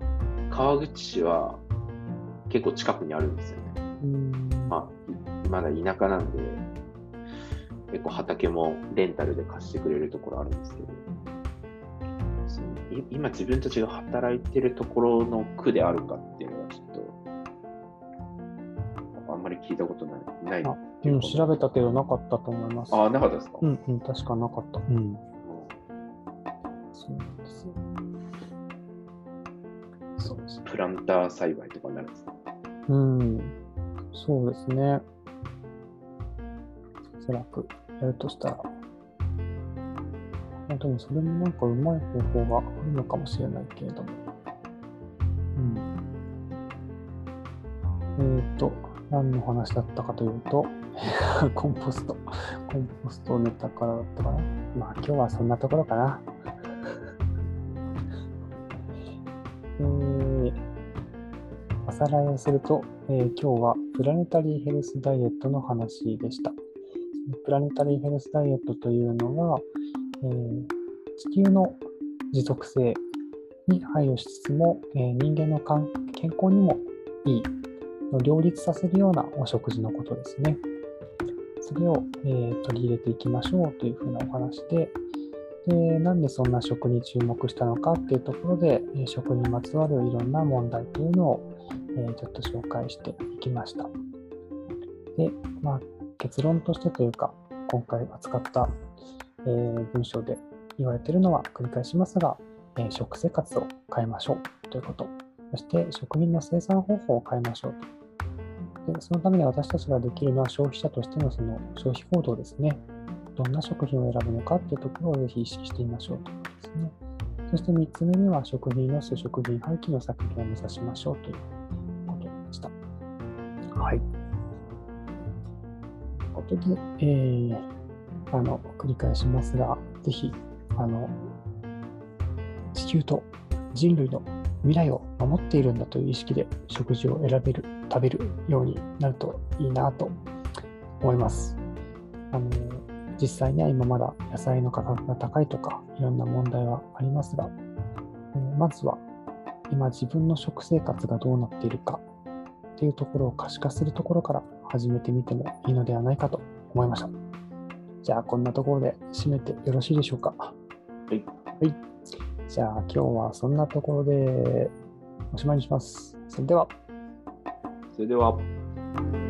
川口市は結構近くにあるんですよね。 うん。 まあ、まだ田舎なんで、結構畑もレンタルで貸してくれるところあるんですけど、そのい今自分たちが働いてるところの区であるかっていうのはちょっと、あんまり聞いたことない。ないあ、うん、調べたけどなかったと思います。 あ、なかったですか？ うんうん、確かなかった。うん。そうなんですよ。そうです。 プランター栽培とかになるんですか？ うん、そうですね。おそらくやるとしたら、でもそれもなんかうまい方法があるのかもしれないけれども。うん。えーと、何の話だったかというと、コンポスト。コンポストネタからだったかな。まあ今日はそんなところかな。えー、おさらいをすると、えー、今日はプラネタリーヘルスダイエットの話でした。プラネタリーヘルスダイエットというのは、えー、地球の持続性に配慮しつつも、えー、人間の健康にもいい、両立させるようなお食事のことですね。それを、えー、取り入れていきましょうというふうなお話で、で、なんでそんな食に注目したのかっていうところで、えー、食にまつわるいろんな問題というのを、えー、ちょっと紹介していきました。で、まあ、結論としてというか、今回扱った、えー、文章で言われているのは繰り返しますが、えー、食生活を変えましょうということ。そして食品の生産方法を変えましょうと。で、そのために私たちができるのは消費者としてのその消費行動ですね。どんな食品を選ぶのかというところをぜひ意識してみましょうということですね。そしてみっつめには食品ロス、食品廃棄の削減を目指しましょうということでした。はい。ということで、えー、あの、繰り返しますが、ぜひ、あの、地球と人類の未来を守っているんだという意識で食事を選べる、食べるようになるといいなと思います。あの、実際には今まだ野菜の価格が高いとか、いろんな問題はありますが、えー、まずは今自分の食生活がどうなっているかというところを可視化するところから始めてみてもいいのではないかと思いました。じゃあこんなところで締めてよろしいでしょうか。はい。 はい。じゃあ今日はそんなところでおしまいにします。それでは。 それでは。